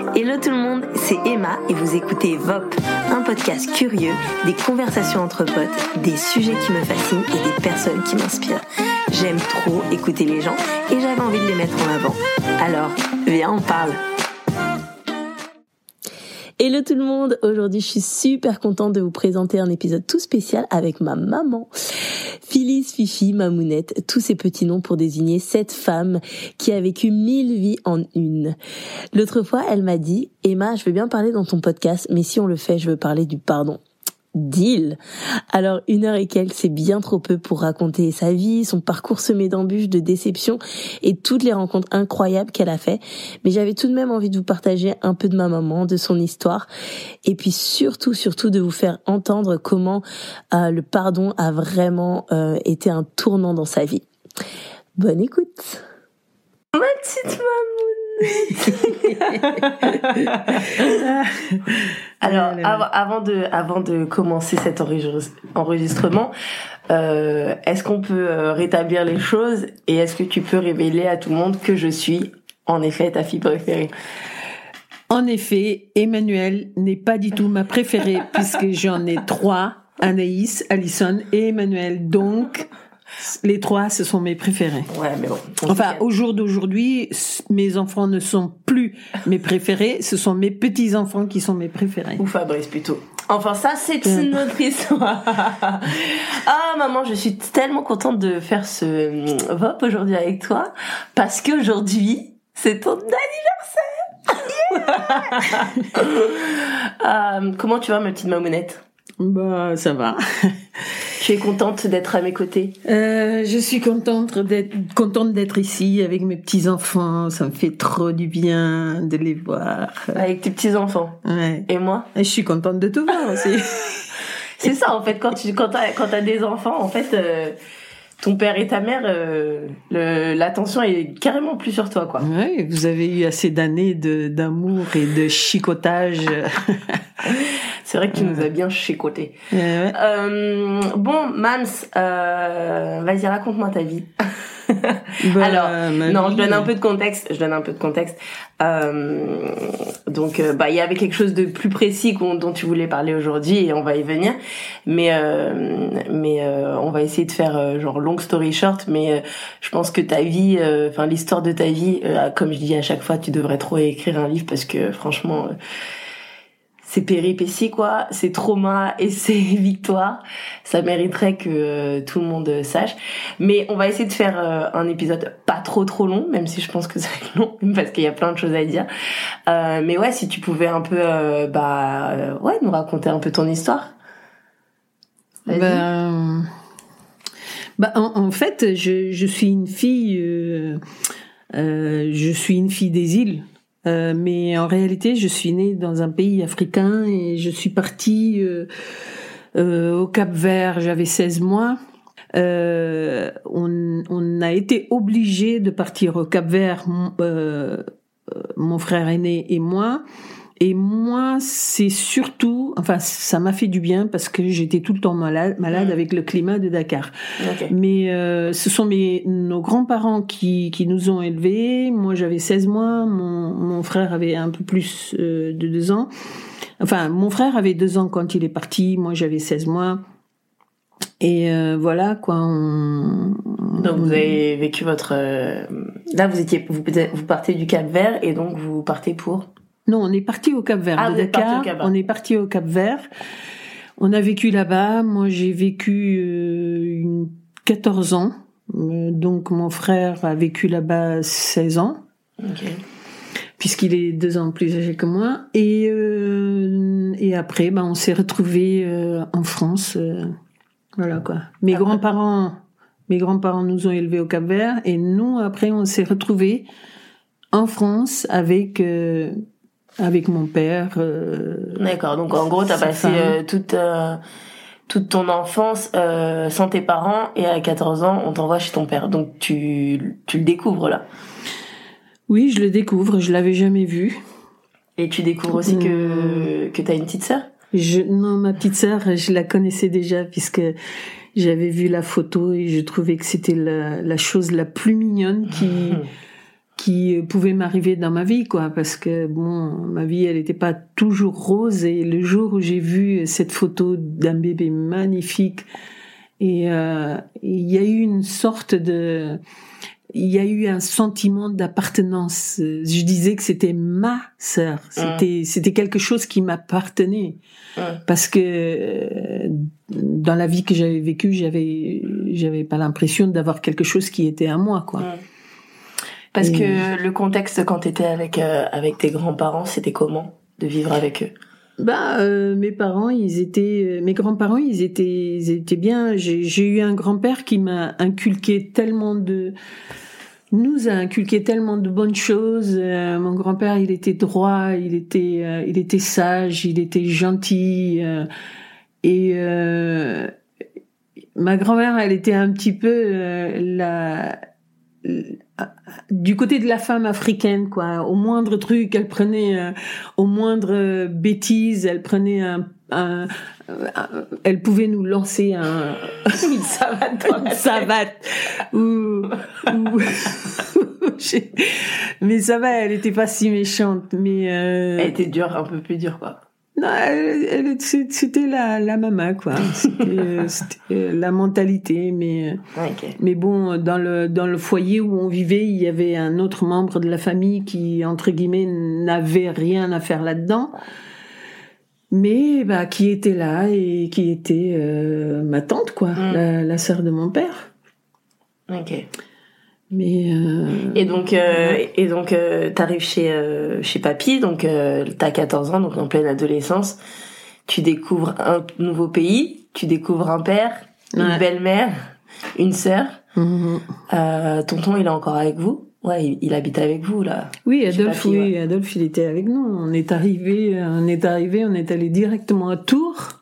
Hello tout le monde, c'est Emma et vous écoutez VOP, un podcast curieux, des conversations entre potes, des sujets qui me fascinent et des personnes qui m'inspirent. J'aime trop écouter les gens et j'avais envie de les mettre en avant. Alors, viens, on parle. Hello tout le monde, aujourd'hui je suis super contente de vous présenter un épisode tout spécial avec ma maman. Phyllis, Fifi, Mamounette, tous ces petits noms pour désigner cette femme qui a vécu 1000 vies en une. L'autre fois, elle m'a dit « Emma, je veux bien parler dans ton podcast, mais si on le fait, je veux parler du pardon. » Deal. Alors 1 heure et quelques, c'est bien trop peu pour raconter sa vie, son parcours semé d'embûches, de déceptions et toutes les rencontres incroyables qu'elle a fait. Mais j'avais tout de même envie de vous partager un peu de ma maman, de son histoire, et puis surtout de vous faire entendre comment le pardon a vraiment été un tournant dans sa vie. Bonne écoute. Ma petite Alors, avant de commencer cet enregistrement, est-ce qu'on peut rétablir les choses et est-ce que tu peux révéler à tout le monde que je suis, en effet, ta fille préférée? En effet, Emmanuelle n'est pas du tout ma préférée puisque j'en ai 3, Anaïs, Alison et Emmanuelle. Donc, les 3, ce sont mes préférés. Ouais, mais bon. Enfin, au jour d'aujourd'hui, mes enfants ne sont plus mes préférés, ce sont mes petits-enfants qui sont mes préférés. Ou Fabrice, plutôt. Enfin, ça, c'est une autre histoire. Ah, maman, je suis tellement contente de faire ce VOP aujourd'hui avec toi, parce qu'aujourd'hui, c'est ton anniversaire. Yeah. Comment tu vas, ma petite Mamounette? Bah, ça va. Tu es contente d'être à mes côtés? Je suis contente d'être ici avec mes petits-enfants. Ça me fait trop du bien de les voir. Avec tes petits-enfants? Ouais. Et moi? Je suis contente de te voir aussi. C'est ça, en fait, quand t'as des enfants, en fait, ton père et ta mère, l'attention est carrément plus sur toi, quoi. Oui, vous avez eu assez d'années d'amour et de chicotage. C'est vrai que tu nous as bien chicoté. Ouais. Bon, Mams, vas-y, raconte-moi ta vie. Alors, non, je donne un peu de contexte. Donc, il y avait quelque chose de plus précis dont tu voulais parler aujourd'hui et on va y venir. Mais on va essayer de faire genre long story short. Mais je pense que ta vie, l'histoire de ta vie, comme je dis à chaque fois, tu devrais trop écrire un livre parce que franchement. Ces péripéties, quoi, ces traumas et ces victoires, ça mériterait que tout le monde sache. Mais on va essayer de faire un épisode pas trop long, même si je pense que ça va être long, parce qu'il y a plein de choses à dire. Mais ouais, si tu pouvais un peu, nous raconter un peu ton histoire. En fait, je suis une fille, des îles. Mais en réalité, je suis née dans un pays africain et je suis partie au Cap-Vert, j'avais 16 mois. On a été obligés de partir au Cap-Vert, mon frère aîné et moi. Et moi, c'est surtout, ça m'a fait du bien parce que j'étais tout le temps malade avec le climat de Dakar. Okay. Mais ce sont nos grands-parents qui nous ont élevés. Moi, j'avais 16 mois. Mon frère avait un peu plus de 2 ans. Enfin, mon frère avait 2 ans quand il est parti. Moi, j'avais 16 mois. Et voilà quoi. Donc vous avez vécu votre. Là, vous partez du Cap-Vert et donc vous partez pour. Non, on est parti au Cap-Vert de Dakar. On est parti au Cap-Vert. On a vécu là-bas. Moi, j'ai vécu 14 ans. Donc, mon frère a vécu là-bas 16 ans. Okay. Puisqu'il est 2 ans plus âgé que moi. Et après, on s'est retrouvés en France. Voilà quoi. Mes grands-parents nous ont élevés au Cap-Vert. Et nous, après, on s'est retrouvés en France avec mon père. D'accord, donc en gros, t'as passé toute ton enfance sans tes parents et à 14 ans, on t'envoie chez ton père. Donc tu le découvres là. Oui, je le découvre, je l'avais jamais vu. Et tu découvres aussi que t'as une petite sœur? Non, ma petite sœur, je la connaissais déjà puisque j'avais vu la photo et je trouvais que c'était la chose la plus mignonne qui pouvaient m'arriver dans ma vie, quoi, parce que bon, ma vie, elle n'était pas toujours rose, et le jour où j'ai vu cette photo d'un bébé magnifique, et il y a eu une sorte de, il y a eu un sentiment d'appartenance. Je disais que c'était ma sœur, c'était quelque chose qui m'appartenait, parce que dans la vie que j'avais vécue, j'avais pas l'impression d'avoir quelque chose qui était à moi, quoi. Parce que le contexte quand t'étais avec tes grands-parents, c'était comment de vivre avec eux? Mes grands-parents, ils étaient bien. J'ai eu un grand-père qui nous a inculqué tellement de bonnes choses. Mon grand-père, il était droit, il était sage, il était gentil, ma grand-mère, elle était un petit peu du côté de la femme africaine, quoi. Au moindre truc, elle prenait, au moindre bêtise, elle prenait elle pouvait nous lancer une savate. Mais ça va, elle était pas si méchante, mais elle était dure, un peu plus dure, quoi. Non, c'était la maman, quoi. C'était la mentalité, mais mais bon, dans le foyer où on vivait, il y avait un autre membre de la famille qui, entre guillemets, n'avait rien à faire là-dedans, mais qui était là, et qui était ma tante, quoi, la sœur de mon père. Ok. Mais et donc t'arrives chez papy, donc t'as 14 ans, donc en pleine adolescence, tu découvres un nouveau pays, tu découvres un père, une belle-mère, une sœur. Tonton, il est encore avec vous? Ouais, il habite avec vous, là. Oui, Adolphe, il était avec nous. On est allé directement à Tours.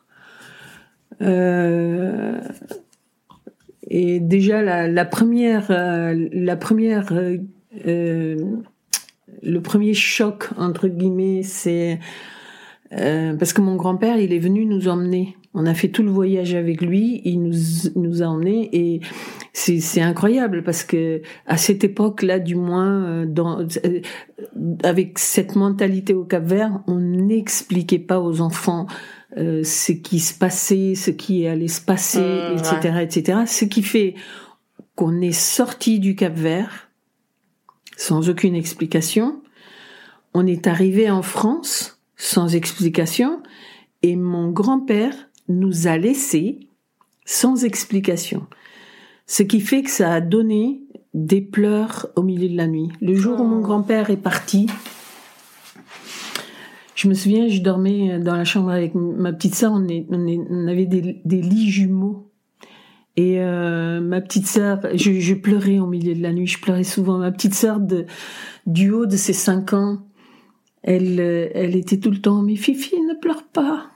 Et déjà le premier choc, entre guillemets, c'est parce que mon grand-père, il est venu nous emmener. On a fait tout le voyage avec lui, il nous a emmenés, et c'est incroyable parce que à cette époque-là, du moins, avec cette mentalité au Cap-Vert, on n'expliquait pas aux enfants ce qui se passait, ce qui allait se passer, etc., etc. Ce qui fait qu'on est sorti du Cap-Vert sans aucune explication. On est arrivé en France sans explication, et mon grand-père nous a laissés sans explication. Ce qui fait que ça a donné des pleurs au milieu de la nuit. Le jour où mon grand-père est parti, je me souviens, je dormais dans la chambre avec ma petite sœur, on avait des lits jumeaux. Et ma petite sœur, je pleurais au milieu de la nuit, je pleurais souvent. Ma petite sœur, du haut de ses 5 ans, elle était tout le temps, mais Fifi, ne pleure pas.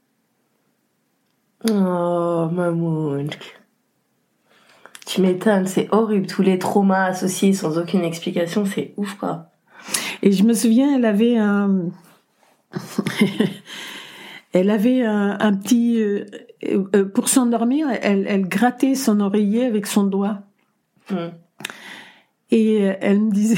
Oh, maman. Tu m'étonnes, c'est horrible. Tous les traumas associés sans aucune explication, c'est ouf, quoi. Et je me souviens, elle avait un petit... pour s'endormir, elle grattait son oreiller avec son doigt. Et elle me disait...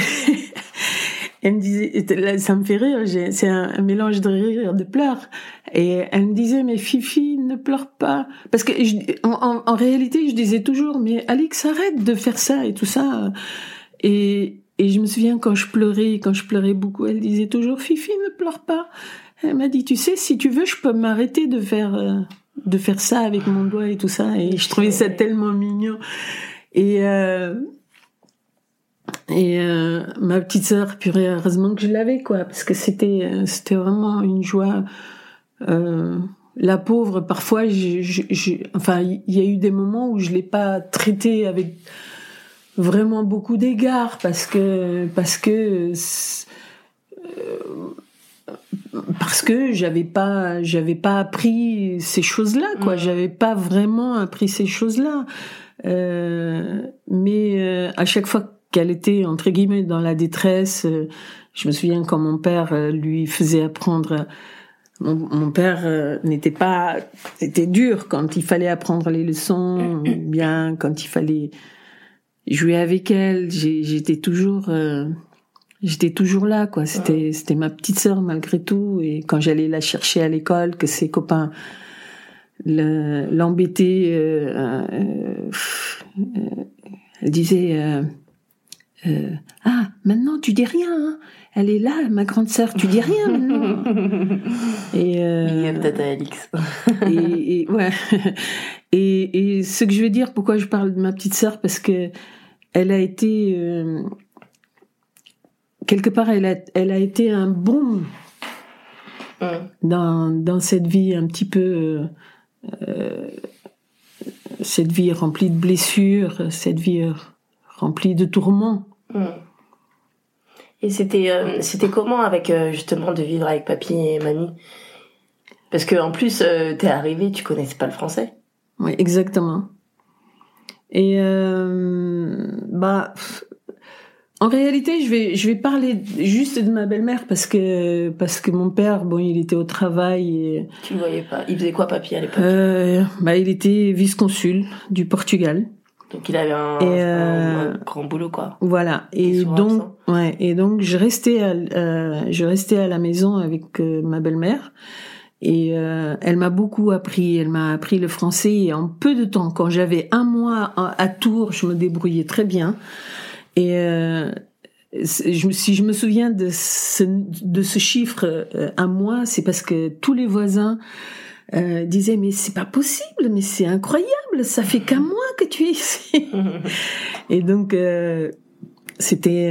ça me fait rire, c'est un mélange de rire et de pleurs. Et elle me disait, mais Fifi, ne pleure pas. Parce que en réalité, je disais toujours, mais Alix, arrête de faire ça et tout ça. Et je me souviens, quand je pleurais beaucoup, elle disait toujours, Fifi, ne pleure pas. Elle m'a dit, tu sais, si tu veux, je peux m'arrêter de faire ça avec mon doigt et tout ça. Et je trouvais ça tellement mignon. Et ma petite sœur, purée, heureusement que je l'avais, quoi, parce que c'était vraiment une joie. La pauvre, parfois, enfin, il y a eu des moments où je l'ai pas traitée avec vraiment beaucoup d'égards, parce que j'avais pas appris ces choses-là, quoi. J'avais pas vraiment appris ces choses-là. Mais à chaque fois qu'elle était, entre guillemets, dans la détresse, je me souviens quand mon père lui faisait apprendre. Mon père c'était dur quand il fallait apprendre les leçons, bien quand il fallait jouer avec elle. J'étais toujours j'étais toujours là, quoi. C'était ma petite sœur malgré tout. Et quand j'allais la chercher à l'école, que ses copains l'embêtaient, elle disait ah, maintenant tu dis rien, hein. Elle est là, ma grande sœur, tu dis rien maintenant. Et peut-être à Alix. ouais. Et ce que je veux dire, pourquoi je parle de ma petite sœur, parce que elle a été quelque part, elle a été un baume dans cette vie un petit peu, cette vie remplie de blessures, cette vie remplie de tourments. Et c'était comment avec justement de vivre avec papy et mamie? Parce que en plus t'es arrivée, tu connaissais pas le français. Oui, exactement. Et en réalité, je vais parler juste de ma belle-mère parce que mon père, bon, il était au travail. Et, tu le voyais pas. Il faisait quoi, papy, à l'époque? Il était vice-consul du Portugal. Donc il avait un grand boulot, quoi. Voilà. Et donc je restais à la maison avec ma belle-mère. Et elle m'a beaucoup appris. Elle m'a appris le français. Et en peu de temps, quand j'avais 1 mois à Tours, je me débrouillais très bien. Et si je me souviens de ce chiffre 1 mois, c'est parce que tous les voisins disaient mais c'est pas possible, mais c'est incroyable, ça fait qu'1 mois que tu es ici. Et donc c'était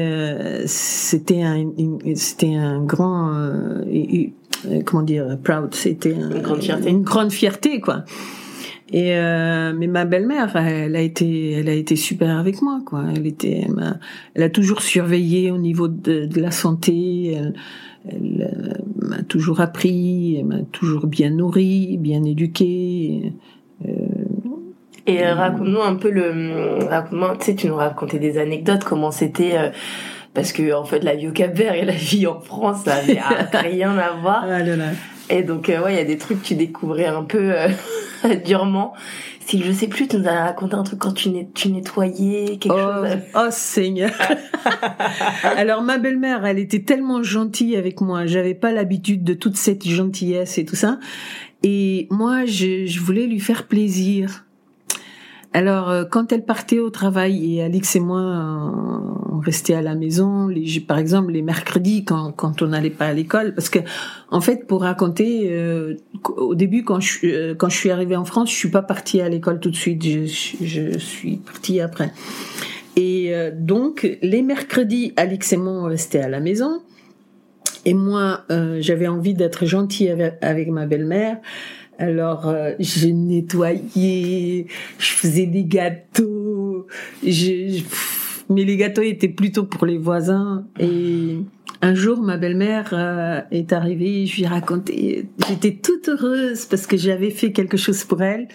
un grand comment dire, proud, c'était une grande fierté, quoi. Et mais ma belle-mère, elle a été super avec moi, quoi. Elle a toujours surveillé au niveau de la santé. Elle m'a toujours appris, elle m'a toujours bien nourri, bien éduqué. Et raconte-nous un peu raconte-moi, tu sais, tu nous racontais des anecdotes, comment c'était, parce que en fait la vie au Cap-Vert et la vie en France, ça avait rien à voir. Ah là là. Et donc il y a des trucs que tu découvrais un peu durement. Si je sais plus, tu nous as raconté un truc quand tu nettoyais quelque chose. Oh Seigneur. Alors ma belle-mère, elle était tellement gentille avec moi. J'avais pas l'habitude de toute cette gentillesse et tout ça. Et moi, je voulais lui faire plaisir. Alors, quand elle partait au travail et Alix et moi, on restait à la maison, par exemple les mercredis quand on n'allait pas à l'école, parce que en fait, pour raconter, au début quand je suis arrivée en France, je suis pas partie à l'école tout de suite, je suis partie après. Et donc les mercredis, Alix et moi on restait à la maison, et moi j'avais envie d'être gentille avec ma belle-mère. Alors, je nettoyais, je faisais des gâteaux, mais les gâteaux étaient plutôt pour les voisins. Et un jour, ma belle-mère est arrivée, je lui ai raconté, j'étais toute heureuse parce que j'avais fait quelque chose pour elle.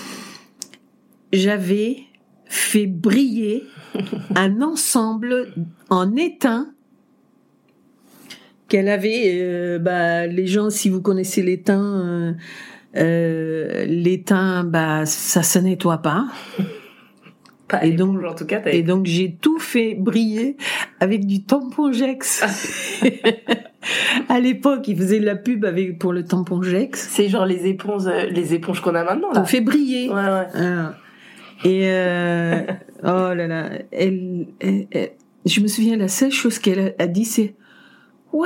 J'avais fait briller un ensemble en étain qu'elle avait. Les gens, si vous connaissez l'étain... l'étain, ça se nettoie pas. Et donc, en tout cas, et donc j'ai tout fait briller avec du tampon Jex. À l'époque, ils faisaient de la pub pour le tampon Jex. C'est genre les éponges qu'on a maintenant, là. On fait briller. Ouais. Et oh là là, elle, je me souviens, la seule chose qu'elle a dit, c'est ouais.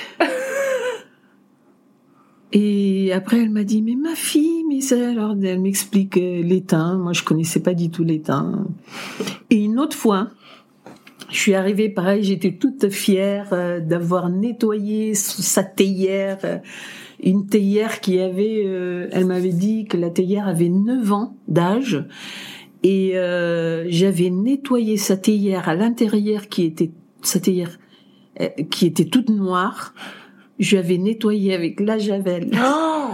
Et après, elle m'a dit, mais ma fille, mais ça, alors elle m'explique l'étain. Moi, je connaissais pas du tout l'étain. Et une autre fois, je suis arrivée, pareil, j'étais toute fière d'avoir nettoyé sa théière. Une théière qui avait, elle m'avait dit que la théière avait 9 ans d'âge. Et j'avais nettoyé sa théière à l'intérieur sa théière qui était toute noire. Je l'avais nettoyé avec la javel. Oh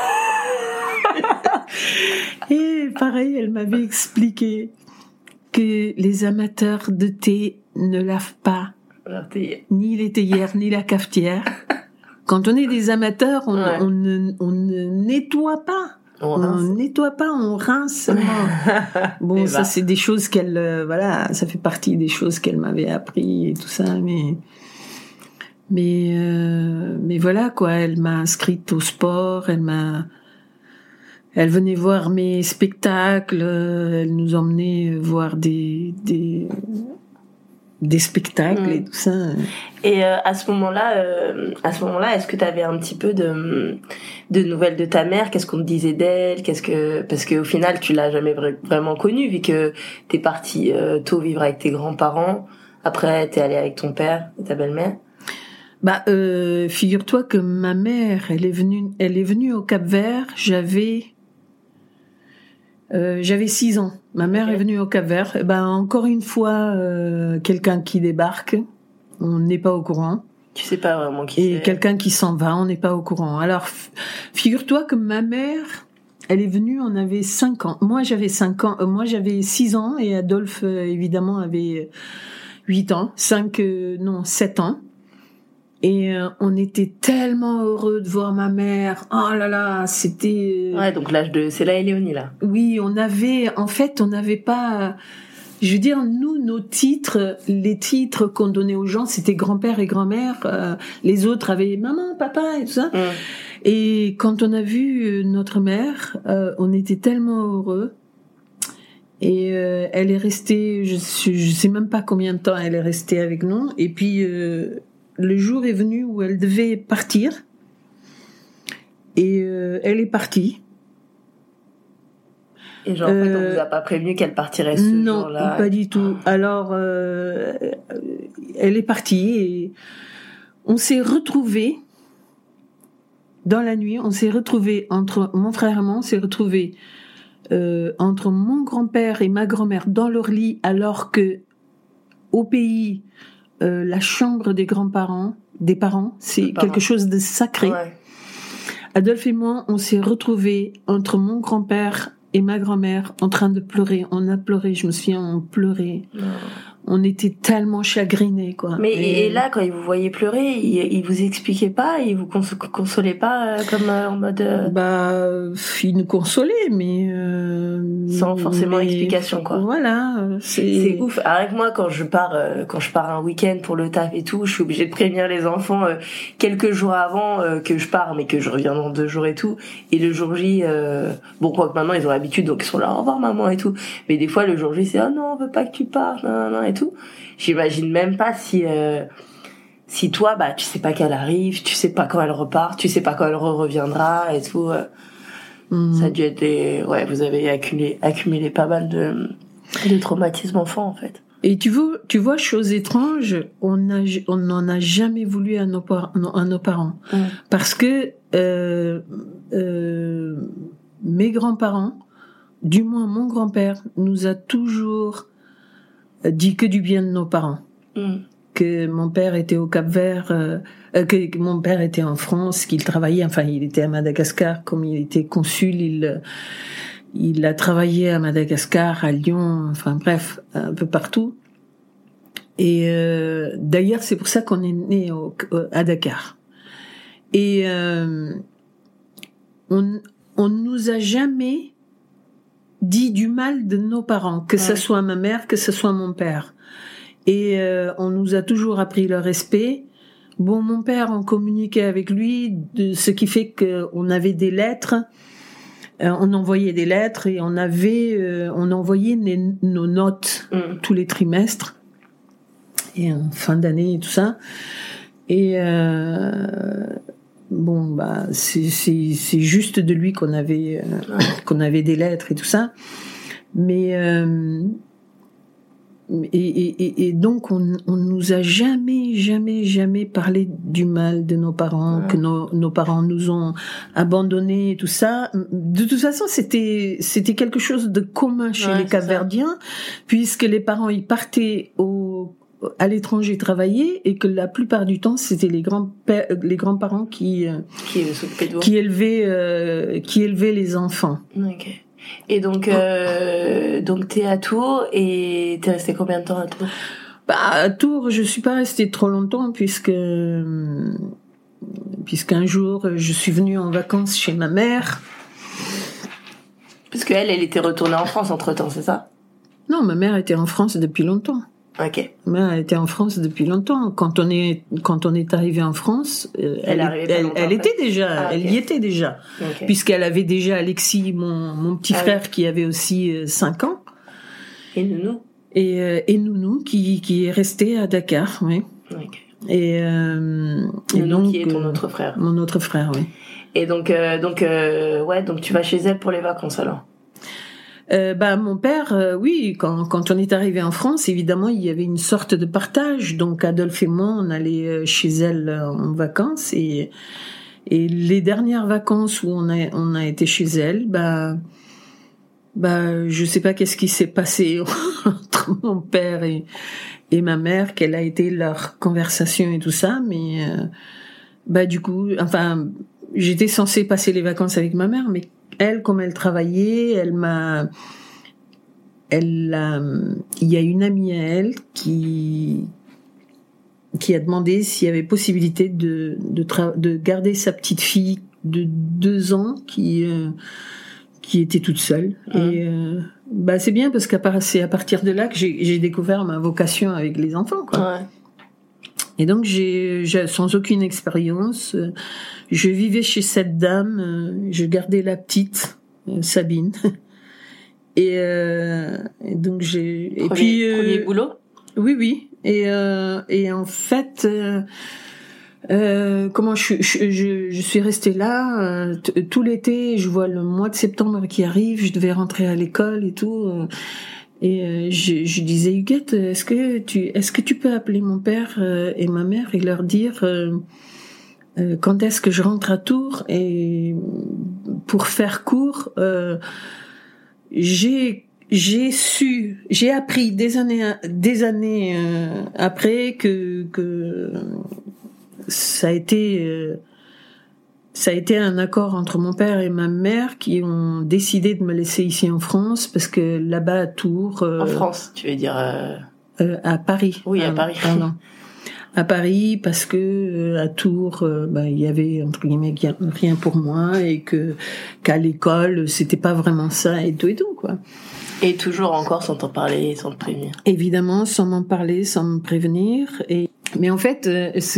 Et pareil, elle m'avait expliqué que les amateurs de thé ne lavent pas ni les théières ni la cafetière. Quand on est des amateurs, on ne nettoie pas. On nettoie pas, on rince seulement. Bon, ça c'est des choses qu'elle, ça fait partie des choses qu'elle m'avait appris et tout ça, mais Mais voilà quoi, elle m'a inscrite au sport, elle venait voir mes spectacles, elle nous emmenait voir des spectacles et tout ça. Et à ce moment-là, est-ce que tu avais un petit peu de nouvelles de ta mère? Qu'est-ce qu'on te disait d'elle? Parce que au final, tu l'as jamais vraiment connue, vu que t'es partie tôt vivre avec tes grands-parents. Après, t'es allée avec ton père et ta belle-mère. Figure-toi que ma mère, elle est venue au Cap-Vert. J'avais 6 ans. Ma mère est venue au Cap-Vert. Encore une fois, quelqu'un qui débarque, on n'est pas au courant. Tu sais pas vraiment qui c'est. Et quelqu'un qui s'en va, on n'est pas au courant. Alors, figure-toi que ma mère, elle est venue, on avait 5 ans. Moi, j'avais 6 ans, et Adolphe, évidemment, avait 8 ans, 7 ans. Et on était tellement heureux de voir ma mère. Oh là là, c'était... Ouais, donc l'âge de Céla et Léonie, là. Oui, on n'avait pas... Je veux dire, nous, les titres qu'on donnait aux gens, c'était grand-père et grand-mère. Les autres avaient maman, papa et tout ça. Et quand on a vu notre mère, on était tellement heureux. Et elle est restée, je sais même pas combien de temps elle est restée avec nous. Et puis... le jour est venu où elle devait partir, et elle est partie. Et genre, en fait, on vous a pas prévenu qu'elle partirait ce jour-là? Non, pas du tout. Alors, elle est partie, et on s'est retrouvés dans la nuit. On s'est retrouvés entre mon frère et moi. On s'est retrouvés entre mon grand-père et ma grand-mère dans leur lit, alors que au pays, la chambre des grands-parents, des parents, c'est quelque chose de sacré. Ouais. Adolphe et moi, on s'est retrouvés entre mon grand-père et ma grand-mère en train de pleurer. On a pleuré, je me souviens, on pleurait. Oh. On était tellement chagrinés, quoi. Mais et là, quand ils vous voyaient pleurer, ils vous expliquaient pas, ils vous consolaient pas comme en mode... Ils nous consolaient, mais... sans forcément explication, quoi. Voilà. C'est ouf. Avec moi, quand je pars un week-end pour le taf et tout, je suis obligée de prévenir les enfants quelques jours avant que je pars, mais que je reviens dans 2 jours et tout. Et le jour J, quoi que maintenant, ils ont l'habitude, donc ils sont là, au revoir maman et tout. Mais des fois, le jour J, c'est, oh non, on veut pas que tu partes, non, et tout. J'imagine même pas si toi, tu sais pas qu'elle arrive, tu sais pas quand elle repart, tu sais pas quand elle reviendra et tout. Ça a dû être vous avez accumulé pas mal de traumatismes enfants, en fait. Et tu vois, chose étrange, on n'en a jamais voulu à nos parents. Parce que, mes grands-parents, du moins mon grand-père, nous a toujours dit que du bien de nos parents. Que mon père était au Cap-Vert, que mon père était en France, qu'il travaillait, il était à Madagascar, comme il était consul, il a travaillé à Madagascar, à Lyon, bref, un peu partout. Et d'ailleurs, c'est pour ça qu'on est né à Dakar. Et on nous a jamais dit du mal de nos parents, que ce soit ma mère, que ce soit mon père. Et on nous a toujours appris le respect. Bon, mon père, on communiquait avec lui, ce qui fait qu'on avait des lettres. On envoyait des lettres et on envoyait nos notes tous les trimestres et en fin d'année et tout ça. Et c'est juste de lui qu'on avait des lettres et tout ça. Mais et donc on nous a jamais parlé du mal de nos parents, que nos parents nous ont abandonnés et tout ça. De toute façon, c'était quelque chose de commun chez les Cap-Verdiens, puisque les parents ils partaient à l'étranger travailler, et que la plupart du temps c'était les grands-parents qui élevaient les enfants. Okay. Et donc t'es à Tours, et t'es resté combien de temps à Tours? À Tours, je suis pas restée trop longtemps, puisqu'un jour je suis venue en vacances chez ma mère. Parce qu'elle était retournée en France entre-temps, c'est ça? Non, ma mère était en France depuis longtemps. Ok. Ben, elle était en France depuis longtemps. Quand on est arrivé en France, elle y était déjà, Okay. puisqu'elle avait déjà Alexis, mon petit frère, qui avait aussi 5 ans. Et Nounou. Et Nounou qui est resté à Dakar, oui. Okay. Et donc qui est ton autre frère. Mon autre frère, oui. Et donc tu vas chez elle pour les vacances alors. Mon père, oui, quand on est arrivé en France, évidemment, il y avait une sorte de partage. Donc Adolphe et moi, on allait chez elle en vacances, et les dernières vacances où on a été chez elle, je sais pas qu'est-ce qui s'est passé entre mon père et ma mère, quelle a été leur conversation et tout ça, mais du coup, enfin, j'étais censée passer les vacances avec ma mère, mais elle, comme elle travaillait, il y a une amie à elle qui a demandé s'il y avait possibilité de garder sa petite fille de 2 ans qui était toute seule. Et c'est bien, parce c'est à partir de là que j'ai découvert ma vocation avec les enfants, quoi. Ouais. Et donc j'ai sans aucune expérience, je vivais chez cette dame, je gardais la petite Sabine. Et donc premier boulot. Oui. Et en fait, comment je suis restée là tout l'été. Je vois le mois de septembre qui arrive, je devais rentrer à l'école et tout. Et je disais, Huguette, est-ce que tu peux appeler mon père et ma mère et leur dire quand est-ce que je rentre à Tours? Et pour faire court, j'ai appris des années après que ça a été un accord entre mon père et ma mère qui ont décidé de me laisser ici en France, parce que là-bas à Tours... en France, tu veux dire à Paris. Oui, à Paris. Pardon. À Paris, parce que à Tours, il y avait entre guillemets rien pour moi, et qu'à l'école, c'était pas vraiment ça, et tout, quoi. Et toujours encore sans t'en parler, sans te prévenir. Évidemment, sans m'en parler, sans me prévenir. Mais en fait,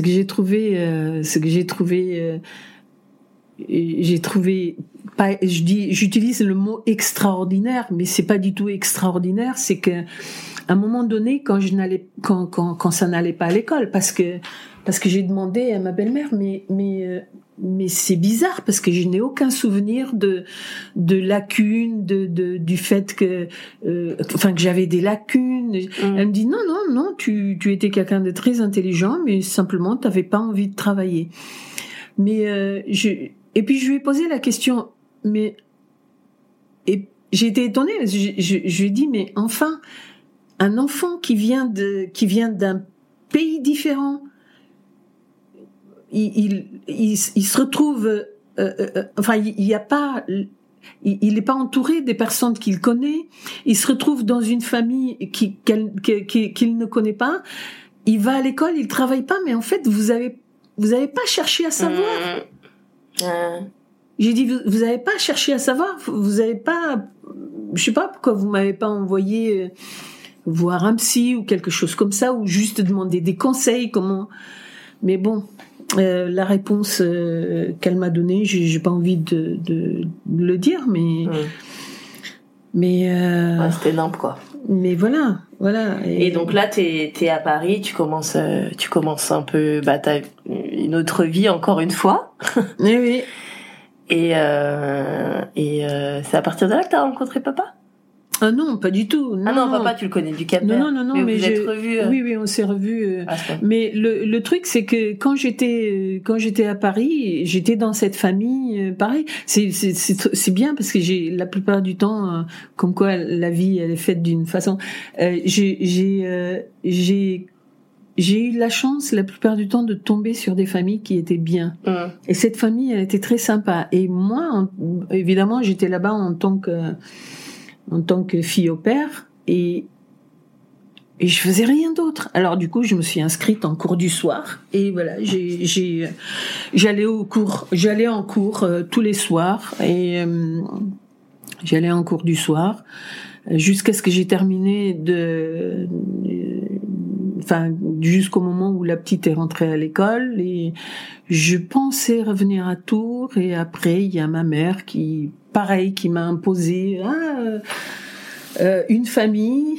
j'utilise le mot extraordinaire, mais c'est pas du tout extraordinaire. C'est que à un moment donné, quand ça n'allait pas à l'école, parce que j'ai demandé à ma belle-mère, mais c'est bizarre, parce que je n'ai aucun souvenir de lacunes, du fait que que j'avais des lacunes. Elle me dit non, tu étais quelqu'un de très intelligent, mais simplement t'avais pas envie de travailler. Mais et puis je lui ai posé la question, et j'ai été étonnée. Je lui ai dit, mais enfin, un enfant qui vient d'un pays différent, il se retrouve, il y a pas, il n'est pas entouré des personnes qu'il connaît. Il se retrouve dans une famille qu'il ne connaît pas. Il va à l'école, il travaille pas, mais en fait, vous avez pas cherché à savoir. J'ai dit, vous avez pas cherché à savoir. Vous avez pas, je sais pas pourquoi vous m'avez pas envoyé voir un psy ou quelque chose comme ça, ou juste demander des conseils, comment. Mais bon, la réponse qu'elle m'a donnée, j'ai pas envie de le dire, mais c'était nimp, quoi. Mais voilà. Et donc là, t'es à Paris, tu commences un peu, t'as une autre vie encore une fois. Oui. Et c'est à partir de là que t'as rencontré papa? Ah non, pas du tout. Non, papa, tu le connais du Cap Vert. Non, mais vous êtes revus. Oui, on s'est revus. Mais le truc, c'est que quand j'étais à Paris, j'étais dans cette famille. Pareil, c'est bien, parce que la plupart du temps, comme quoi la vie, elle est faite d'une façon. J'ai eu la chance, la plupart du temps, de tomber sur des familles qui étaient bien. Et cette famille, elle était très sympa. Et moi, évidemment, j'étais là-bas en tant que fille au père, et je faisais rien d'autre. Alors du coup, je me suis inscrite en cours du soir, et voilà, j'allais en cours tous les soirs, et j'allais en cours du soir jusqu'à ce que j'ai terminé enfin jusqu'au moment où la petite est rentrée à l'école, et je pensais revenir à Tours, et après il y a ma mère qui m'a imposé une famille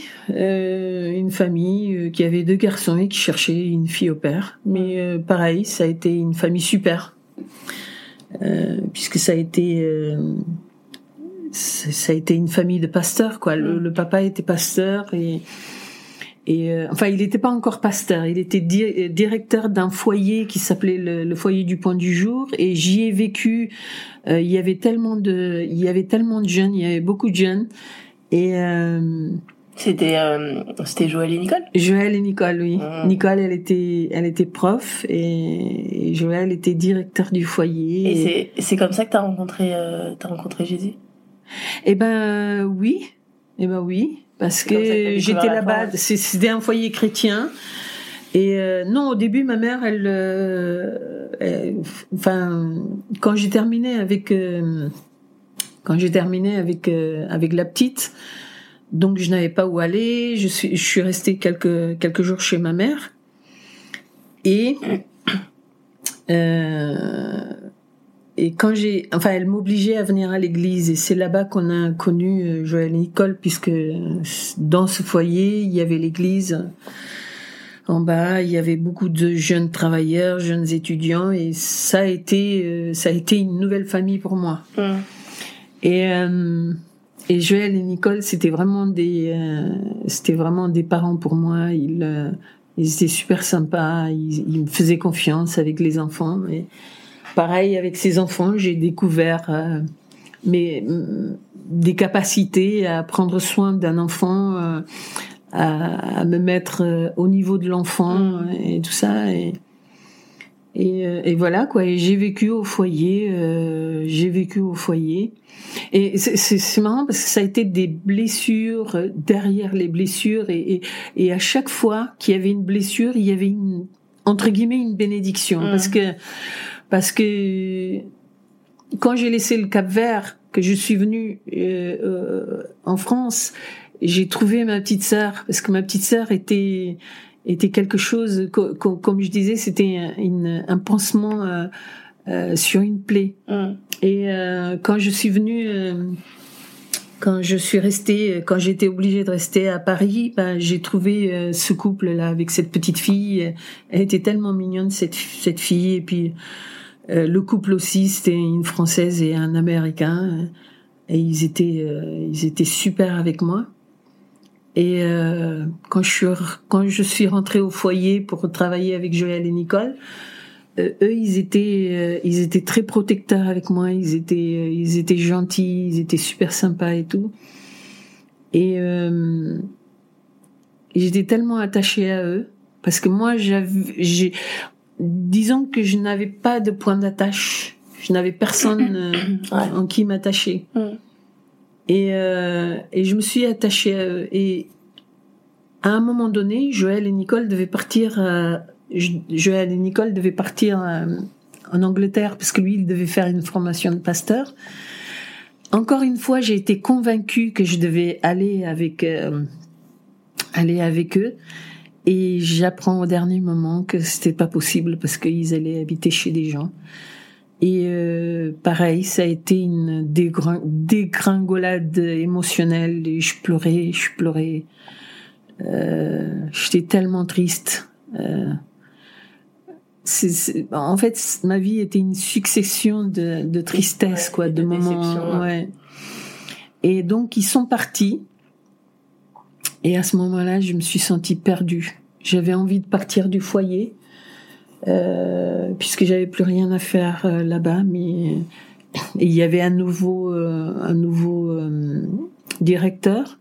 qui avait 2 garçons et qui cherchait une fille au père. Mais pareil, ça a été une famille super, puisque ça a été une famille de pasteurs, quoi. Le papa était pasteur, et enfin, il n'était pas encore pasteur, il était directeur d'un foyer qui s'appelait le foyer du Point du Jour, et j'y ai vécu. Il y avait tellement de jeunes, il y avait beaucoup de jeunes, et c'était Joël et Nicole. Joël et Nicole, oui. Nicole, elle était prof, et Joël était directeur du foyer. Et c'est comme ça que t'as rencontré Jésus? Eh ben oui. Parce que j'étais là-bas, c'était un foyer chrétien. Et non, au début, ma mère, enfin, quand j'ai terminé avec la petite, donc je n'avais pas où aller. Je suis restée quelques jours chez ma mère, et quand elle m'obligeait à venir à l'église, et c'est là-bas qu'on a connu Joël et Nicole, puisque dans ce foyer, il y avait l'église. En bas, il y avait beaucoup de jeunes travailleurs, jeunes étudiants, et ça a été une nouvelle famille pour moi. Et Joël et Nicole, c'était vraiment des parents pour moi. Ils étaient super sympas, ils me faisaient confiance avec les enfants. Et pareil, avec ces enfants, j'ai découvert des capacités à prendre soin d'un enfant, à me mettre au niveau de l'enfant, et tout ça. Et voilà, quoi. Et j'ai vécu au foyer. Et c'est marrant parce que ça a été des blessures derrière les blessures, et à chaque fois qu'il y avait une blessure, il y avait entre guillemets une bénédiction, parce que quand j'ai laissé le Cap-Vert, que je suis venue en France, j'ai trouvé ma petite sœur, parce que ma petite sœur était quelque chose, comme je disais, c'était un pansement sur une plaie. Et quand je suis venue, quand j'étais obligée de rester à Paris, j'ai trouvé ce couple-là avec cette petite fille. Elle était tellement mignonne, cette fille. Et puis le couple aussi, c'était une Française et un Américain, et ils étaient super avec moi. Et quand je suis rentrée au foyer pour travailler avec Joël et Nicole, eux, ils étaient très protecteurs avec moi. Ils étaient gentils, ils étaient super sympas et tout. Et j'étais tellement attachée à eux, parce que moi, disons que je n'avais pas de point d'attache. Je n'avais personne en qui m'attacher. Et je me suis attachée à eux. Et à un moment donné, Joël et Nicole devaient partir en Angleterre, parce que lui, il devait faire une formation de pasteur. Encore une fois, j'ai été convaincue que je devais aller avec eux. Et j'apprends au dernier moment que c'était pas possible, parce qu'ils allaient habiter chez des gens. Et pareil, ça a été une dégringolade émotionnelle, et je pleurais. J'étais tellement triste. En fait, ma vie était une succession de tristesse, quoi, de moments. Ouais. Et donc, ils sont partis. Et à ce moment-là, je me suis sentie perdue. J'avais envie de partir du foyer, puisque j'avais plus rien à faire là-bas. Mais il y avait un nouveau directeur.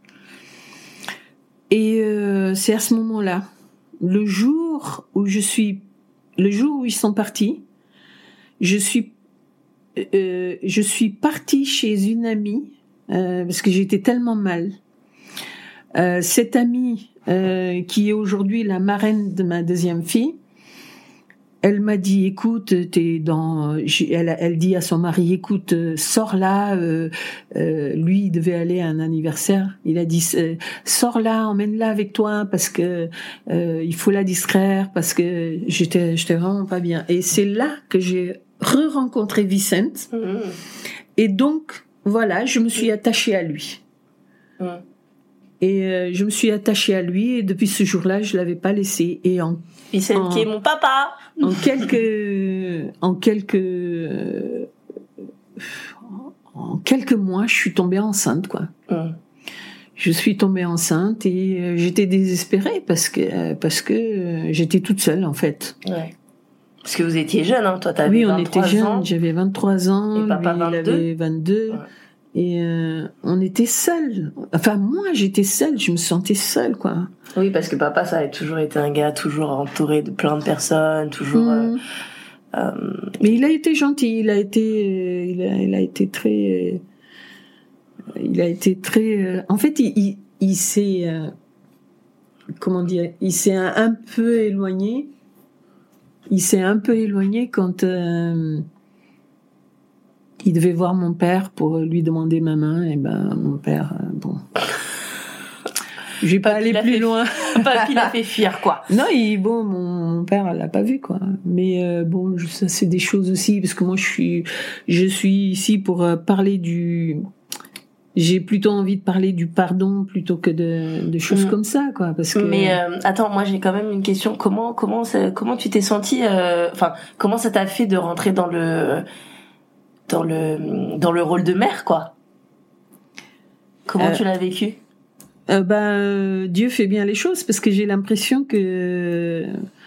Et c'est à ce moment-là, le jour où ils sont partis, je suis partie chez une amie, parce que j'étais tellement mal. Cette amie, qui est aujourd'hui la marraine de ma deuxième fille, elle m'a dit, écoute, elle dit à son mari, écoute, sors là. Lui, il devait aller à un anniversaire. Il a dit, sors là, emmène-la avec toi parce que il faut la distraire parce que j'étais vraiment pas bien. Et c'est là que j'ai re-rencontré Vicente. Et donc, voilà, je me suis attachée à lui. Et je me suis attachée à lui et depuis ce jour-là, je l'avais pas laissé. Et Vicente qui est mon papa. En quelques mois, je suis tombée enceinte, quoi. Je suis tombée enceinte et j'étais désespérée parce que j'étais toute seule, en fait. Ouais. Parce que vous étiez jeune, hein. Toi, t'avais 23 ans. Oui, on était jeunes. J'avais 23 ans. Et papa, lui, il avait 22. Ouais. Et on était seuls. Enfin, moi, j'étais seule. Je me sentais seule, quoi. Oui, parce que papa, ça a toujours été un gars toujours entouré de plein de personnes, toujours. Mais il a été gentil. Il a été très. En fait, il s'est. Comment dire ? Il s'est un peu éloigné. Il s'est un peu éloigné quand. Il devait voir mon père pour lui demander ma main, et ben mon père, bon, je vais pas aller plus loin. Papy l'a fait fuir, quoi. Non, mon père l'a pas vu, quoi. Mais bon, ça c'est des choses aussi parce que moi je suis ici pour parler j'ai plutôt envie de parler du pardon plutôt que de choses comme ça, quoi. Parce que. Mais attends, moi j'ai quand même une question. Comment tu t'es sentie comment ça t'a fait de rentrer dans le rôle de mère, quoi. Comment tu l'as vécu ? Dieu fait bien les choses parce que j'ai l'impression que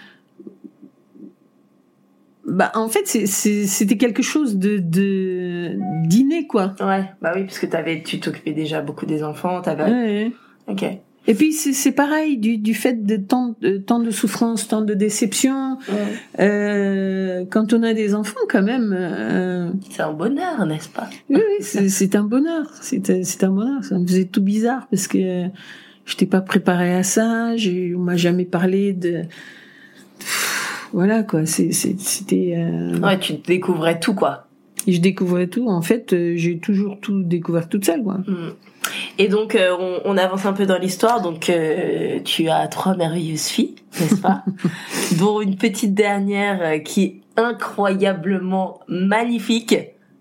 en fait c'était quelque chose d'inné, quoi. Ouais, bah oui, parce que tu t'occupais déjà beaucoup des enfants, Ouais. OK. Et puis c'est pareil du fait de tant de souffrance, tant de déception. Quand on a des enfants, quand même. C'est un bonheur, n'est-ce pas ? Oui, c'est un bonheur. C'est un bonheur. Ça me faisait tout bizarre parce que j'étais pas préparée à ça. On m'a jamais parlé de. Voilà, quoi. C'était. Ouais, tu découvrais tout, quoi. Et je découvrais tout. En fait, j'ai toujours tout découvert toute seule, quoi. Et donc, on avance un peu dans l'histoire. Donc, tu as 3 merveilleuses filles, n'est-ce pas ? Dont une petite dernière qui est incroyablement magnifique.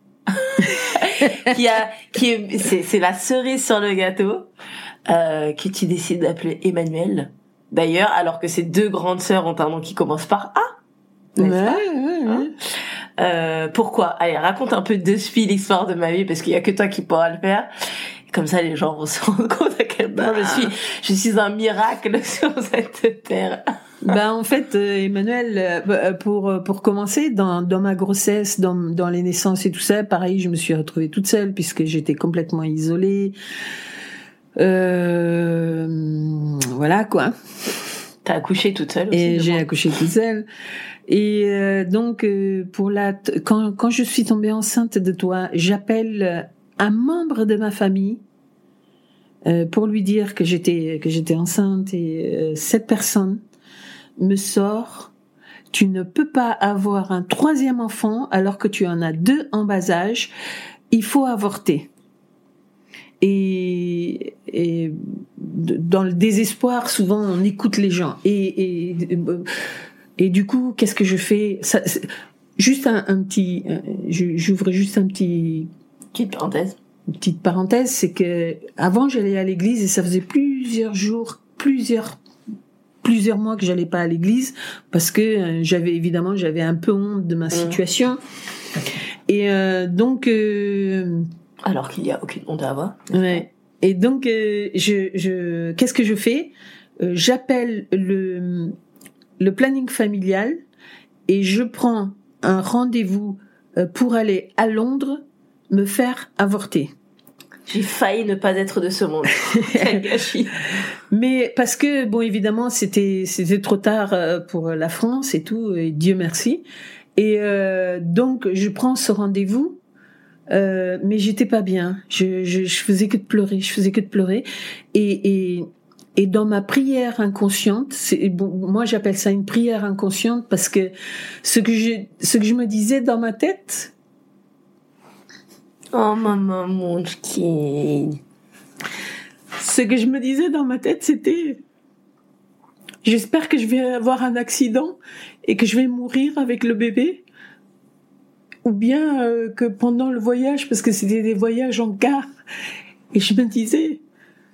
C'est la cerise sur le gâteau, que tu décides d'appeler Emmanuelle. D'ailleurs, alors que ces 2 grandes sœurs ont un nom qui commence par A. N'est-ce pas ? Ouais. Pourquoi ? Allez, raconte un peu de suite l'histoire de ma vie, parce qu'il y a que toi qui pourras le faire. Comme ça, les gens vont se rendre compte à quel point je suis un miracle sur cette terre. En fait, Emmanuel, pour commencer, dans ma grossesse, dans les naissances et tout ça, pareil, je me suis retrouvée toute seule puisque j'étais complètement isolée. Voilà, quoi. T'as accouché toute seule aussi? Et j'ai accouché toute seule. Et donc, quand je suis tombée enceinte de toi, j'appelle un membre de ma famille pour lui dire que j'étais enceinte, et cette personne me sort: tu ne peux pas avoir un 3e enfant alors que tu en as 2 en bas âge, il faut avorter. Et dans le désespoir, souvent on écoute les gens. Et du coup, qu'est-ce que je fais? Juste un petit, j'ouvre juste petite parenthèse. Une petite parenthèse, c'est que avant j'allais à l'église et ça faisait plusieurs mois que j'allais pas à l'église parce que j'avais un peu honte de ma situation. Et donc alors qu'il y a aucune honte à avoir. Ouais. Et donc qu'est-ce que je fais? J'appelle le planning familial et je prends un rendez-vous pour aller à Londres me faire avorter. J'ai failli ne pas être de ce monde. Quel gâchis. Mais parce que, bon, évidemment, c'était trop tard pour la France et tout, et Dieu merci. Et donc, je prends ce rendez-vous, mais j'étais pas bien. Je faisais que de pleurer. Et Et dans ma prière inconsciente, moi j'appelle ça une prière inconsciente parce que ce que je me disais dans ma tête. Oh maman, mon ch'ti. Ce que je me disais dans ma tête, c'était j'espère que je vais avoir un accident et que je vais mourir avec le bébé, ou bien que pendant le voyage, parce que c'était des voyages en car, et je me disais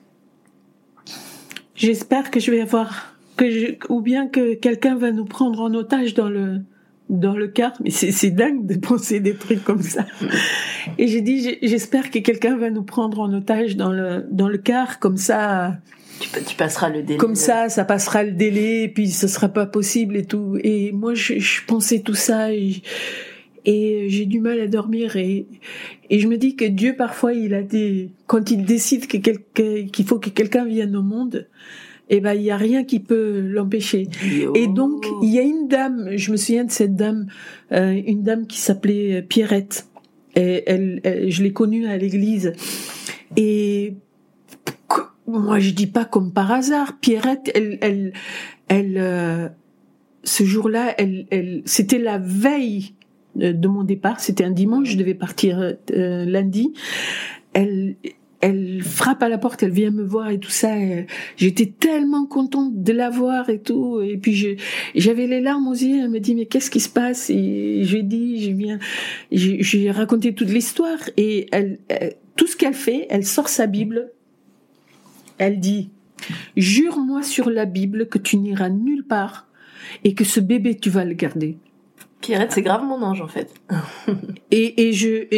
j'espère que je vais avoir ou bien que quelqu'un va nous prendre en otage dans le car. Mais c'est dingue de penser des trucs comme ça. Et j'ai dit j'espère que quelqu'un va nous prendre en otage dans le car, comme ça tu passeras le délai. Comme ça passera le délai et puis ce sera pas possible et tout. Et moi je pensais tout ça et j'ai du mal à dormir et je me dis que Dieu parfois quand il décide qu'il faut que quelqu'un vienne au monde, il y a rien qui peut l'empêcher. Yo. Et donc il y a une dame, je me souviens de cette dame, une dame qui s'appelait Pierrette. Et je l'ai connue à l'église. Et moi je dis pas comme par hasard, Pierrette, elle ce jour-là, c'était la veille de mon départ, c'était un dimanche, je devais partir lundi. Elle frappe à la porte, elle vient me voir et tout ça. J'étais tellement contente de la voir et tout. Et puis j'avais les larmes aux yeux. Elle me dit mais qu'est-ce qui se passe? Et j'ai raconté toute l'histoire. Et tout ce qu'elle fait, elle sort sa Bible. Elle dit jure-moi sur la Bible que tu n'iras nulle part et que ce bébé tu vas le garder. Pierrette, c'est grave mon ange en fait. Et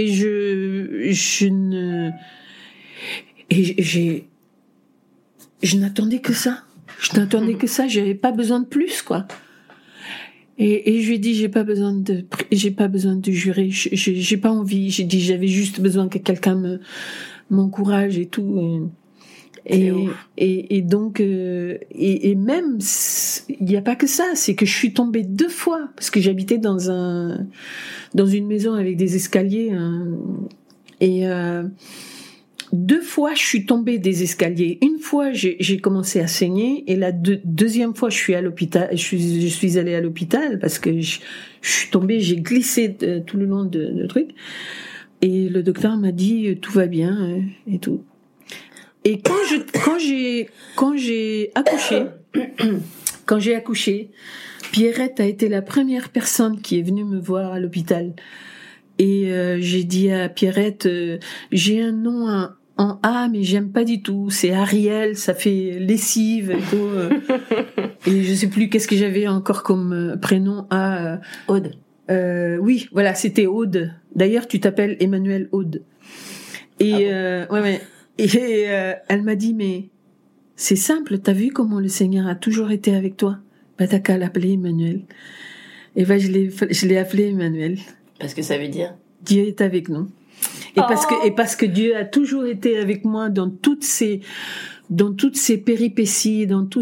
je n'attendais que ça. J'avais pas besoin de plus, quoi. Et je lui ai dit, j'ai pas besoin de jurer, j'ai pas envie. J'ai dit, j'avais juste besoin que quelqu'un m'encourage et tout. Et donc, et même, il n'y a pas que ça, c'est que je suis tombée 2 fois, parce que j'habitais dans une maison avec des escaliers, et 2 fois je suis tombée des escaliers. Une fois j'ai commencé à saigner, et la deuxième fois je suis à l'hôpital. Je suis allée à l'hôpital parce que je suis tombée, j'ai glissé tout le long de truc, et le docteur m'a dit tout va bien et tout. Et quand j'ai accouché, Pierrette a été la première personne qui est venue me voir à l'hôpital. Et j'ai dit à Pierrette, j'ai un nom en A, mais j'aime pas du tout. C'est Ariel, ça fait lessive et tout. Et je sais plus qu'est-ce que j'avais encore comme prénom A. Aude. Oui, voilà, c'était Aude. D'ailleurs, tu t'appelles Emmanuel Aude. Et ouais. Et elle m'a dit, mais c'est simple, t'as vu comment le Seigneur a toujours été avec toi? T'as qu'à l'appeler Emmanuel. Et je l'ai appelé Emmanuel. Parce que ça veut dire? Dieu est avec nous. Et parce que Dieu a toujours été avec moi dans toutes ces péripéties, dans tout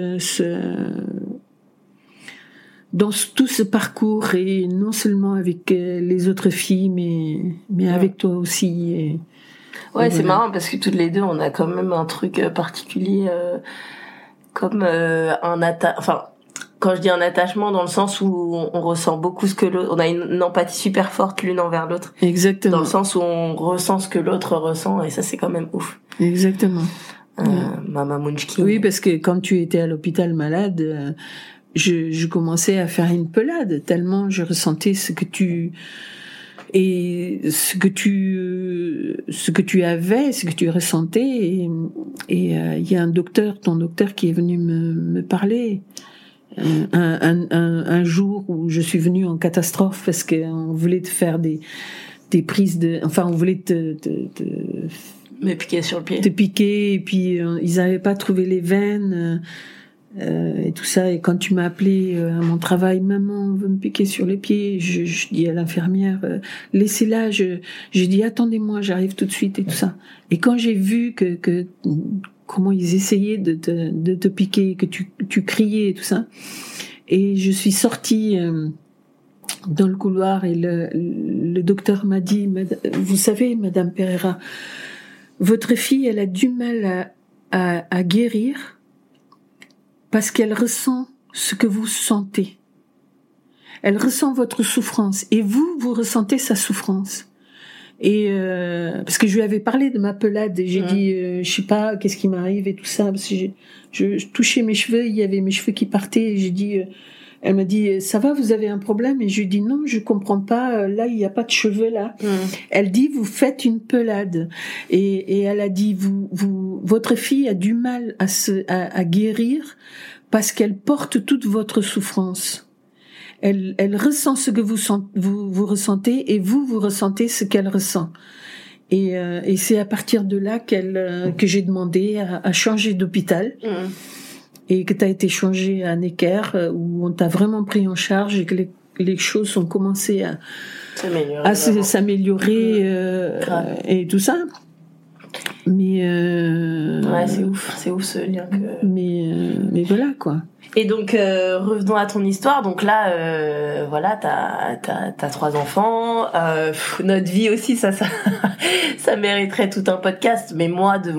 dans tout ce parcours, et non seulement avec les autres filles, mais avec toi aussi. Ouais, c'est marrant parce que toutes les deux, on a quand même un truc particulier, comme quand je dis un attachement, dans le sens où on ressent beaucoup ce que l'autre, on a une empathie super forte l'une envers l'autre. Exactement. Dans le sens où on ressent ce que l'autre ressent, et ça, c'est quand même ouf. Exactement. Maman Munchkin. Oui, parce que quand tu étais à l'hôpital malade, je commençais à faire une pelade, tellement je ressentais ce que tu avais, ce que tu ressentais. Et il y a ton docteur qui est venu me parler un jour où je suis venue en catastrophe parce qu'on voulait te faire des prises on voulait me piquer sur le pied. Te piquer, et puis ils n'avaient pas trouvé les veines et tout ça. Et quand tu m'as appelé à mon travail, maman, on veut me piquer sur les pieds, je dis à l'infirmière, laissez-la. Je dis, attendez-moi, j'arrive tout de suite et tout ça. Et quand j'ai vu que comment ils essayaient de te piquer, que tu criais et tout ça, et je suis sortie dans le couloir, et le docteur m'a dit, vous savez, Madame Pereira, votre fille, elle a du mal à guérir parce qu'elle ressent ce que vous sentez. Elle ressent votre souffrance et vous ressentez sa souffrance. Et parce que je lui avais parlé de ma pelade et j'ai dit je sais pas qu'est-ce qui m'arrive et tout ça, parce que je touchais mes cheveux, il y avait mes cheveux qui partaient et j'ai dit elle m'a dit ça va, vous avez un problème? Et je lui ai dit non, je comprends pas, là il y a pas de cheveux là. Elle dit vous faites une pelade et elle a dit votre fille a du mal à guérir parce qu'elle porte toute votre souffrance. Elle ressent ce que vous ressentez et vous ressentez ce qu'elle ressent. Et c'est à partir de là que j'ai demandé à changer d'hôpital et que tu as été changé à Necker où on t'a vraiment pris en charge et que les choses ont commencé à s'améliorer et tout ça. Mais ouais, c'est ouf ce lien que... mais voilà quoi. Et donc revenons à ton histoire. Donc là voilà, t'as 3 enfants, notre vie aussi ça mériterait tout un podcast, mais moi de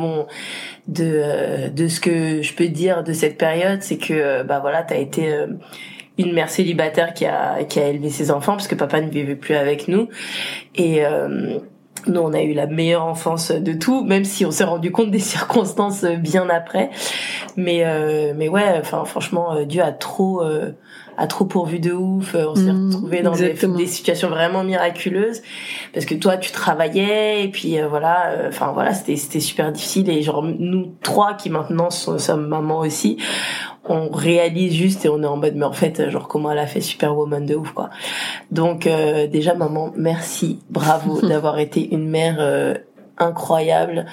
ce que je peux dire de cette période, c'est que bah voilà, t'as été une mère célibataire qui a élevé ses enfants parce que papa ne vivait plus avec nous et nous, on a eu la meilleure enfance de tout, même si on s'est rendu compte des circonstances bien après. Mais ouais, enfin, franchement, Dieu a trop pourvu de ouf. On s'est retrouvés dans des situations vraiment miraculeuses. Parce que toi, tu travaillais, et puis voilà, enfin voilà, c'était super difficile. Et genre, nous 3 qui maintenant sommes maman aussi, on réalise juste et on est en mode mais en fait genre comment elle a fait Superwoman de ouf quoi. Donc déjà maman, merci, bravo d'avoir été une mère incroyable.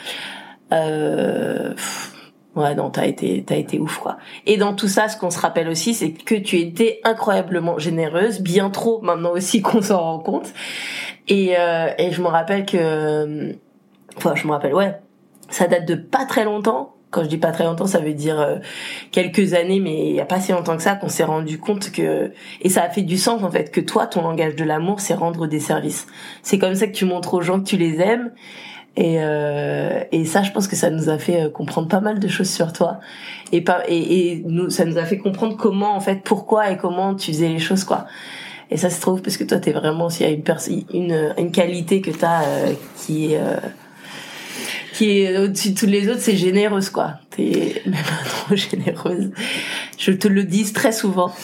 Ouais non, t'as été ouf quoi. Et dans tout ça, ce qu'on se rappelle aussi, c'est que tu étais incroyablement généreuse, bien trop maintenant aussi qu'on s'en rend compte. Et je me rappelle que ouais, ça date de pas très longtemps. Quand je dis pas très longtemps, ça veut dire quelques années, mais il y a pas si longtemps que ça qu'on s'est rendu compte que, et ça a fait du sens en fait, que toi, ton langage de l'amour, c'est rendre des services. C'est comme ça que tu montres aux gens que tu les aimes. Et ça, je pense que ça nous a fait comprendre pas mal de choses sur toi. Et nous, ça nous a fait comprendre comment, en fait, pourquoi et comment tu faisais les choses, quoi. Et ça se trouve parce que toi, t'es vraiment, s'il y a une qualité que t'as qui est au-dessus de toutes les autres, c'est généreuse quoi. T'es même trop généreuse. Je te le dis très souvent.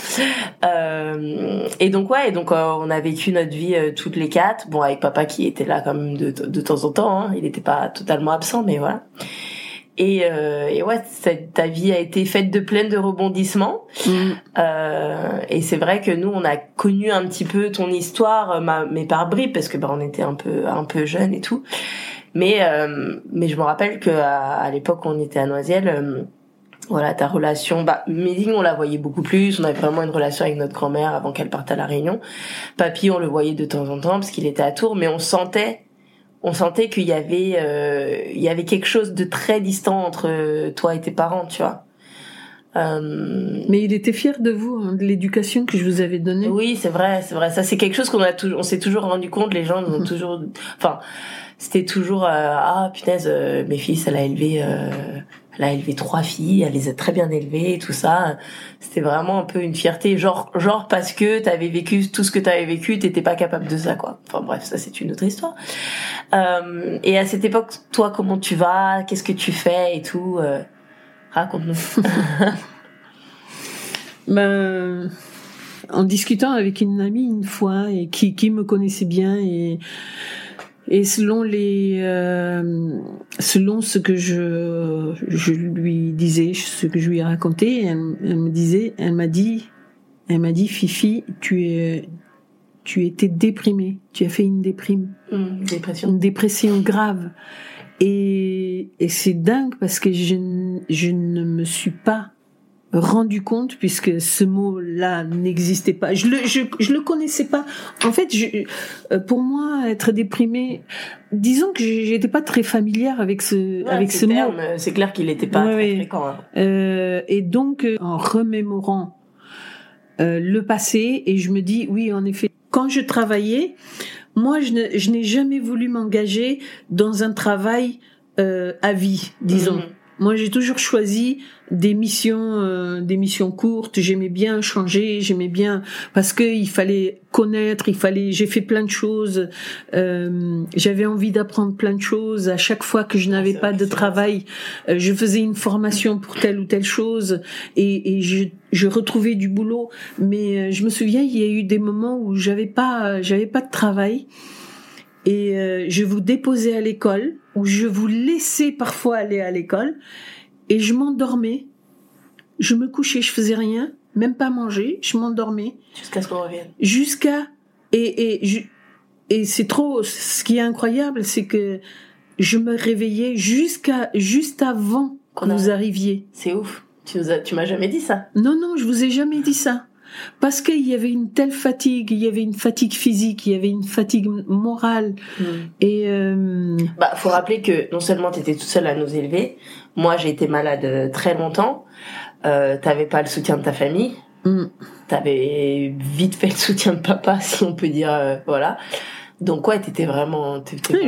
Et donc on a vécu notre vie toutes les 4. Bon, avec papa qui était là quand même de temps en temps. Hein. Il n'était pas totalement absent, mais voilà. Et ouais, ta vie a été faite de plein de rebondissements. Et c'est vrai que nous, on a connu un petit peu ton histoire, mais par bribes, parce que on était un peu jeunes et tout. Mais je me rappelle que à l'époque où on était à Noisiel, voilà, ta relation, Méline, on la voyait beaucoup plus, on avait vraiment une relation avec notre grand-mère avant qu'elle parte à La Réunion. Papy, on le voyait de temps en temps parce qu'il était à Tours, mais on sentait qu'il y avait quelque chose de très distant entre toi et tes parents, tu vois. Mais il était fier de vous, hein, de l'éducation que je vous avais donnée. Oui, c'est vrai. Ça, c'est quelque chose on s'est toujours rendu compte, les gens nous ont toujours, enfin, c'était toujours, punaise, mes fils, elle a élevé 3 filles, elle les a très bien élevées et tout ça. C'était vraiment un peu une fierté, genre parce que t'avais vécu tout ce que t'avais vécu, t'étais pas capable de ça, quoi. Enfin bref, ça c'est une autre histoire. Et à cette époque, toi, comment tu vas? Qu'est-ce que tu fais et tout? Raconte-nous. En discutant avec une amie une fois et qui me connaissait bien et selon ce que je lui disais, ce que je lui ai raconté, elle m'a dit Fifi, tu étais déprimée, tu as fait une déprime, une dépression grave. Et c'est dingue parce que je ne me suis pas rendu compte puisque ce mot-là n'existait pas. Je le connaissais pas. En fait, pour moi, être déprimée, disons que j'étais pas très familière avec ce mot. C'est clair qu'il était pas très fréquent. Hein. Et donc, en remémorant le passé, et je me dis, oui, en effet, quand je travaillais, moi, je n'ai jamais voulu m'engager dans un travail à vie, disons. Moi, j'ai toujours choisi des missions courtes. J'aimais bien changer, parce que il fallait connaître, j'ai fait plein de choses. J'avais envie d'apprendre plein de choses. À chaque fois que je n'avais pas de travail, je faisais une formation pour telle ou telle chose et je retrouvais du boulot. Mais je me souviens, il y a eu des moments où j'avais pas de travail. Et je vous déposais à l'école, ou je vous laissais parfois aller à l'école, et je m'endormais. Je me couchais, je faisais rien, même pas manger, je m'endormais. Jusqu'à ce qu'on revienne. Et c'est trop. Ce qui est incroyable, c'est que je me réveillais juste avant que vous arriviez. C'est ouf. Tu m'as jamais dit ça. Non, je vous ai jamais dit ça. Parce qu'il y avait une telle fatigue, il y avait une fatigue physique, il y avait une fatigue morale. Et faut rappeler que non seulement t'étais toute seule à nous élever, moi j'ai été malade très longtemps, t'avais pas le soutien de ta famille, t'avais vite fait le soutien de papa, si on peut dire, voilà. Donc ouais, j'étais vraiment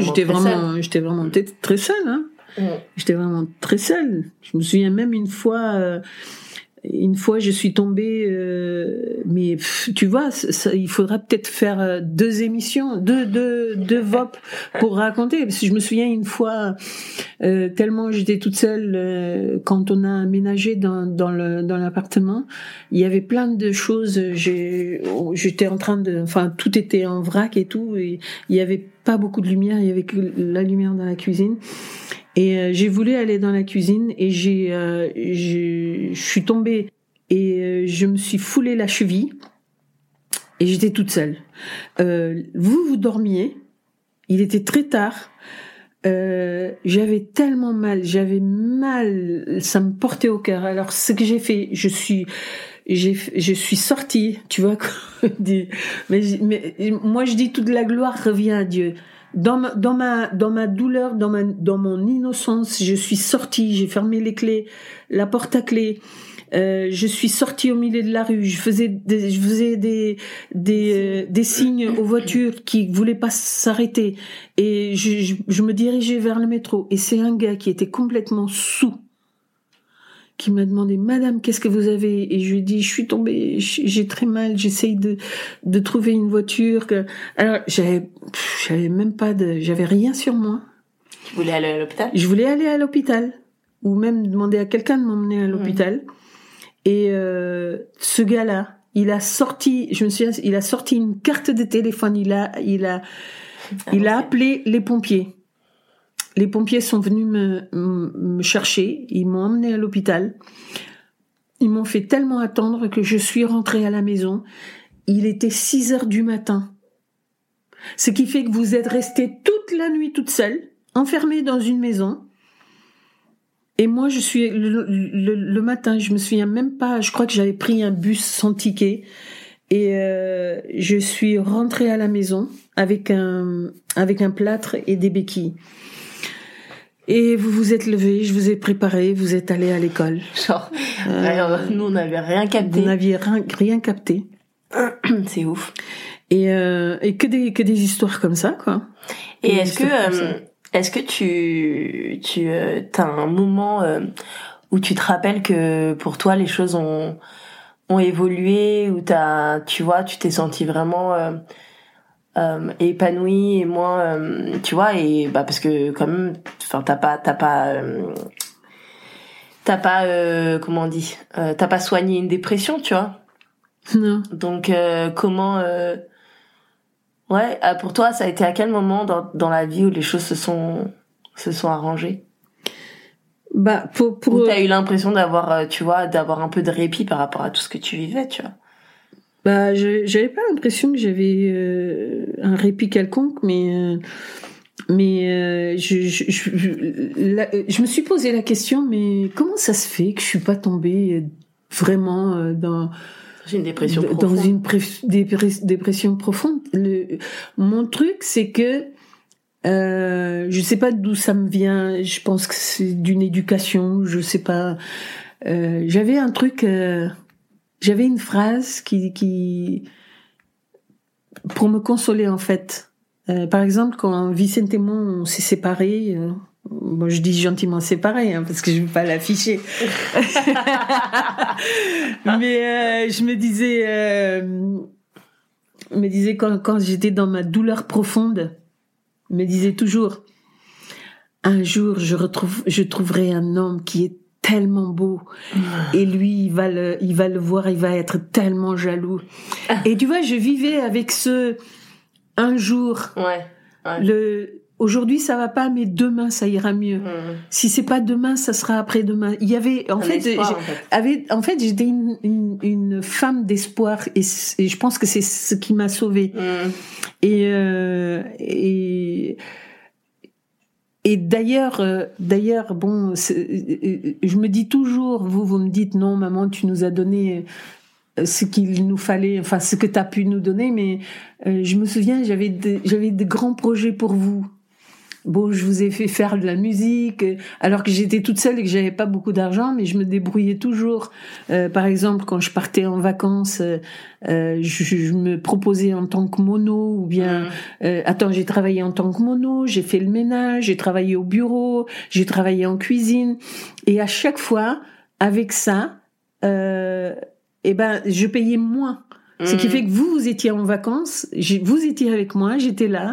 très seule, hein. J'étais vraiment très seule. Je me souviens même une fois, je suis tombée, mais tu vois, il faudra peut-être faire 2 émissions, deux VOP pour raconter. Parce que je me souviens une fois, tellement j'étais toute seule, quand on a aménagé dans l'appartement, il y avait plein de choses. J'étais en train tout était en vrac et tout, et il y avait pas beaucoup de lumière, il y avait que la lumière dans la cuisine. Et j'ai voulu aller dans la cuisine et je suis tombée et je me suis foulé la cheville et j'étais toute seule. Vous dormiez, il était très tard, j'avais tellement mal, ça me portait au cœur. Alors ce que j'ai fait, je suis sortie, tu vois, mais moi je dis toute la gloire revient à Dieu. Dans ma douleur, dans mon innocence, je suis sortie, j'ai fermé les clés, la porte à clé. Je suis sortie au milieu de la rue, je faisais des signes aux voitures qui voulaient pas s'arrêter et je me dirigeais vers le métro et c'est un gars qui était complètement saoul qui m'a demandé: Madame, qu'est-ce que vous avez? Et je lui ai dit: je suis tombée, j'ai très mal, j'essaye de trouver une voiture. Alors j'avais rien sur moi. Tu voulais aller à l'hôpital? Je voulais aller à l'hôpital, ou même demander à quelqu'un de m'emmener à l'hôpital. Et ce gars-là, il a sorti une carte de téléphone. Il a appelé les pompiers. Les pompiers sont venus me chercher, ils m'ont emmené à l'hôpital. Ils m'ont fait tellement attendre que je suis rentrée à la maison. Il était 6h du matin. Ce qui fait que vous êtes restée toute la nuit toute seule, enfermée dans une maison. Et moi, je suis le matin, je me souviens même pas, je crois que j'avais pris un bus sans ticket. Et je suis rentrée à la maison avec un plâtre et des béquilles. Et vous vous êtes levé, je vous ai préparé, vous êtes allé à l'école. Genre, nous on n'avait rien capté. Vous n'aviez rien capté. C'est ouf. Et que des histoires comme ça, quoi. Et est-ce que tu t'as un moment où tu te rappelles que pour toi les choses ont évolué, où tu t'es senti vraiment épanouie et moins tu vois, et parce que quand même, enfin t'as pas comment on dit, t'as pas soigné une dépression, tu vois. Non. Donc comment pour toi ça a été à quel moment dans la vie où les choses se sont arrangées? Où t'as eu l'impression d'avoir un peu de répit par rapport à tout ce que tu vivais, tu vois. J'avais pas l'impression que j'avais un répit quelconque, mais je me suis posé la question, mais comment ça se fait que je suis pas tombée vraiment dans une dépression profonde. Dans une dépression profonde. Mon truc, c'est que je sais pas d'où ça me vient. Je pense que c'est d'une éducation. Je sais pas. J'avais un truc. J'avais une phrase qui pour me consoler en fait. Par exemple, quand Vicente et moi on s'est séparés, Bon, je dis gentiment séparés, hein, parce que je veux pas l'afficher. Mais je me disais quand j'étais dans ma douleur profonde, me disais toujours, un jour je trouverai un homme qui est tellement beau, et lui il va le voir, il va être tellement jaloux. Et tu vois, je vivais avec ce un jour. Aujourd'hui ça va pas, mais demain ça ira mieux. Si c'est pas demain, ça sera après-demain. Il y avait en fait j'étais une femme d'espoir, et je pense que c'est ce qui m'a sauvée. Et d'ailleurs, bon, je me dis toujours, vous me dites non, maman, tu nous as donné ce qu'il nous fallait, enfin ce que tu as pu nous donner, mais je me souviens, j'avais de grands projets pour vous. Bon, je vous ai fait faire de la musique, alors que j'étais toute seule et que j'avais pas beaucoup d'argent, mais je me débrouillais toujours. Par exemple, quand je partais en vacances, je me proposais en tant que mono, ou bien, j'ai travaillé en tant que mono, j'ai fait le ménage, j'ai travaillé au bureau, j'ai travaillé en cuisine, et à chaque fois, avec ça, je payais moins. Ce qui fait que vous étiez en vacances, vous étiez avec moi, j'étais là.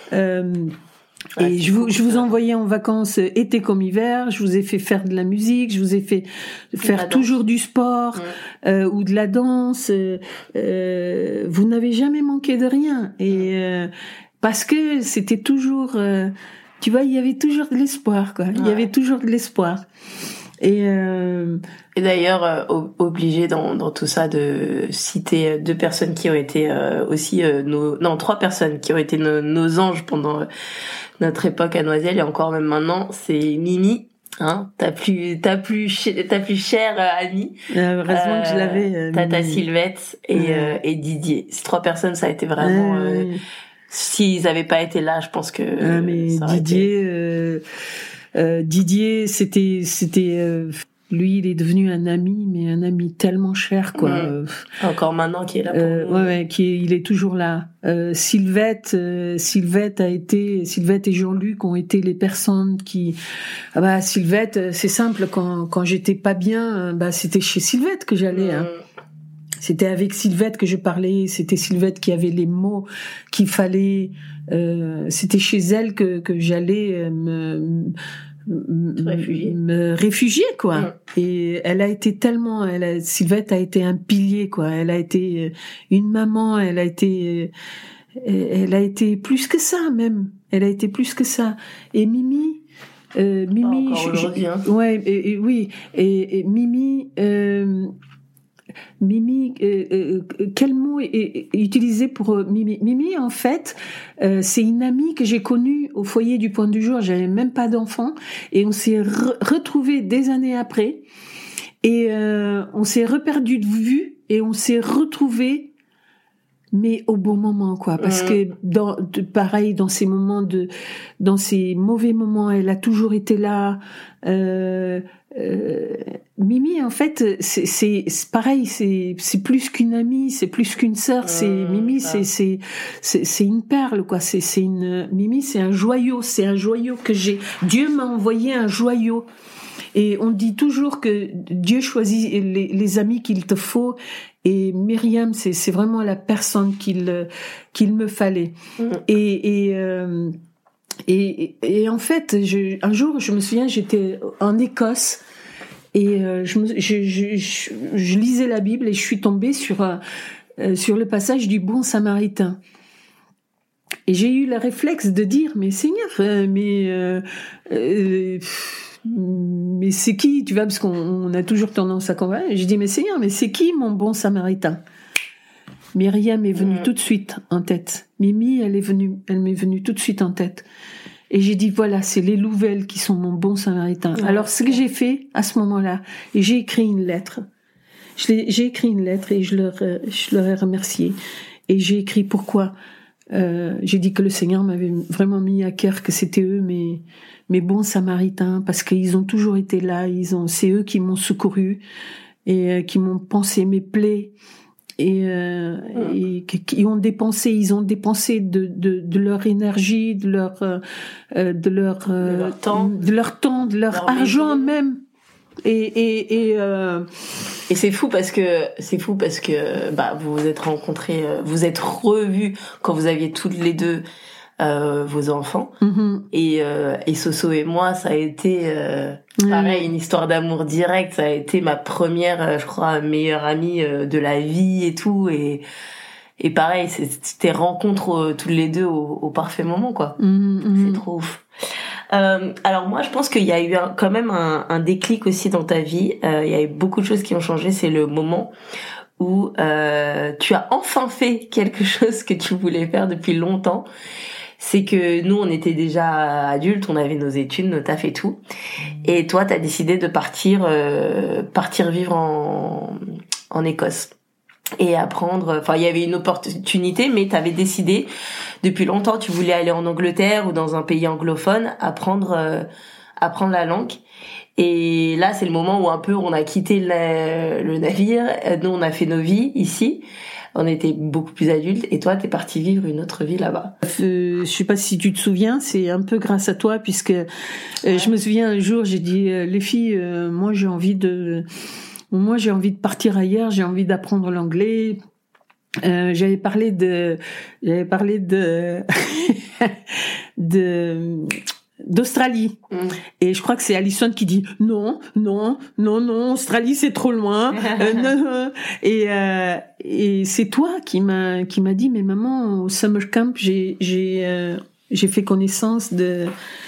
Et je vous envoyais en vacances été comme hiver, je vous ai fait faire de la musique, je vous ai fait faire toujours du sport ou de la danse. Vous n'avez jamais manqué de rien. Et parce que c'était toujours, tu vois, il y avait toujours de l'espoir, quoi. Il y avait toujours de l'espoir. Et d'ailleurs, obligé dans tout ça de citer deux personnes qui ont été aussi trois personnes qui ont été nos anges pendant notre époque à Noiselle, et encore même maintenant, c'est Mimi, hein, ta plus chère amie. Heureusement que je l'avais. Tata Sylvette et Didier. Ces trois personnes, ça a été vraiment. S'ils avaient pas été là, je pense que. Mais ça aurait Didier, c'était lui, il est devenu un ami, mais un ami tellement cher, quoi. Encore maintenant, qui est là pour nous. Il est toujours là. Sylvette et Jean-Luc ont été les personnes qui. Sylvette, c'est simple. Quand j'étais pas bien, c'était chez Sylvette que j'allais. Hein. C'était avec Sylvette que je parlais. C'était Sylvette qui avait les mots qu'il fallait. C'était chez elle que j'allais me réfugier, quoi. Et elle a été tellement, Sylvette a été un pilier, quoi. Elle a été une maman, elle a été plus que ça, même. Elle a été plus que ça. Et Mimi, encore aujourd'hui, hein. Oui. Et Mimi, quel mot est utilisé pour Mimi? Mimi, en fait, c'est une amie que j'ai connue au foyer du Point du Jour. J'avais même pas d'enfant, et on s'est retrouvés des années après, et on s'est reperdu de vue, et on s'est retrouvés, mais au bon moment, quoi. Parce que pareil, dans ces mauvais moments, elle a toujours été là. Mimi, en fait, c'est pareil, c'est plus qu'une amie, c'est plus qu'une sœur. Mimi, c'est une perle, quoi. Mimi, c'est un joyau que j'ai. Dieu m'a envoyé un joyau. Et on dit toujours que Dieu choisit les amis qu'il te faut. Et Myriam, c'est vraiment la personne qu'il me fallait. Et en fait, un jour, je me souviens, j'étais en Écosse, et je lisais la Bible, et je suis tombée sur le passage du Bon Samaritain. Et j'ai eu le réflexe de dire, mais Seigneur, mais c'est qui, tu vois, parce qu'on a toujours tendance à convaincre. J'ai dit, mais Seigneur, mais c'est qui mon bon Samaritain? Myriam est venue tout de suite en tête. Mimi, elle m'est venue tout de suite en tête. Et j'ai dit, voilà, c'est les Louvelles qui sont mon bon Samaritain. Alors, ce que j'ai fait à ce moment-là, et j'ai écrit une lettre. J'ai écrit une lettre, et je leur ai remercié. Et j'ai écrit pourquoi. J'ai dit que le Seigneur m'avait vraiment mis à cœur que c'était eux mes bons Samaritains, parce qu'ils ont toujours été là. C'est eux qui m'ont secouru, et qui m'ont pansé mes plaies. qui ont dépensé, ils ont dépensé de leur énergie, de leur temps, de leur argent même. Et c'est fou parce que bah vous vous êtes rencontrés, vous êtes revus quand vous aviez toutes les deux vos enfants. Et Soso et moi, ça a été pareil, une histoire d'amour direct. Ça a été ma première, je crois, meilleure amie de la vie et tout. Et pareil, c'était rencontre toutes les deux au parfait moment, quoi. C'est trop ouf. Alors moi, je pense qu'il y a eu quand même un déclic aussi dans ta vie. Il y a eu beaucoup de choses qui ont changé. C'est le moment où tu as enfin fait quelque chose que tu voulais faire depuis longtemps. C'est que nous, on était déjà adultes, on avait nos études, nos tafs et tout. Et toi, t'as décidé de partir vivre en Écosse. Et apprendre, enfin, il y avait une opportunité, mais t'avais décidé, depuis longtemps, tu voulais aller en Angleterre ou dans un pays anglophone, apprendre la langue. Et là, c'est le moment où un peu on a quitté le navire. Nous, on a fait nos vies ici. On était beaucoup plus adultes, et toi, t'es parti vivre une autre vie là-bas. Je sais pas si tu te souviens, c'est un peu grâce à toi, puisque je me souviens un jour, j'ai dit les filles, moi j'ai envie de partir ailleurs, j'ai envie d'apprendre l'anglais. J'avais parlé de d'Australie. Et je crois que c'est Alison qui dit non, Australie c'est trop loin. Non. Et c'est toi qui m'a dit, mais maman, au summer camp, j'ai fait connaissance d'une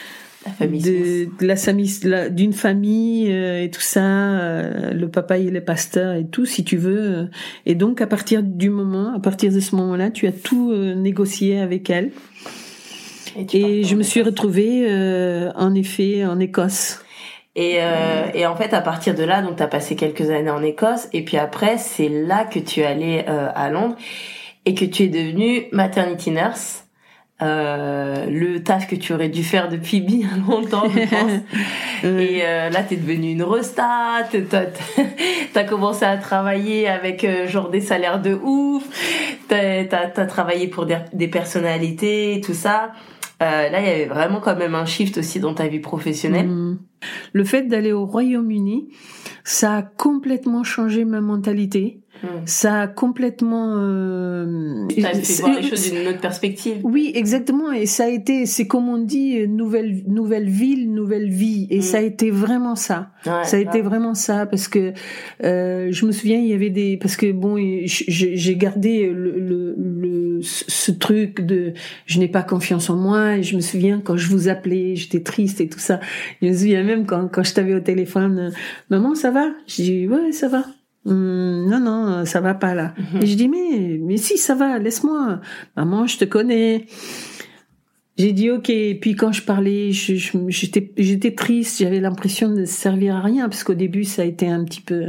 famille et tout ça, le papa il est pasteur et tout, si tu veux. Et donc à partir de ce moment-là, tu as tout négocié avec elle. Et je me suis retrouvée, en effet, en Écosse. Et en fait, à partir de là, donc t'as passé quelques années en Écosse, et puis après, c'est là que tu es allée à Londres et que tu es devenue maternity nurse. Le taf que tu aurais dû faire depuis bien longtemps, je pense. Et là, t'es devenue une resta. T'as commencé à travailler avec genre des salaires de ouf. T'as travaillé pour des personnalités, tout ça. Là, il y avait vraiment quand même un shift aussi dans ta vie professionnelle. Le fait d'aller au Royaume-Uni, ça a complètement changé ma mentalité. Ça a complètement... Ça a fait voir les choses d'une autre perspective. Oui, exactement. Et ça a été, c'est comme on dit, nouvelle ville, nouvelle vie. Et ça a été vraiment ça. Ouais, ça a été vraiment ça, parce que je me souviens, il y avait parce que bon, j'ai gardé ce truc de je n'ai pas confiance en moi. Et je me souviens quand je vous appelais, j'étais triste et tout ça. Je me souviens même quand je t'avais au téléphone, maman, ça va? Je dis ouais, ça va. Non, ça va pas là. Et je dis mais si, ça va, laisse-moi. Maman, je te connais. J'ai dit ok. Et puis quand je parlais, j'étais triste. J'avais l'impression de servir à rien, parce qu'au début ça a été un petit peu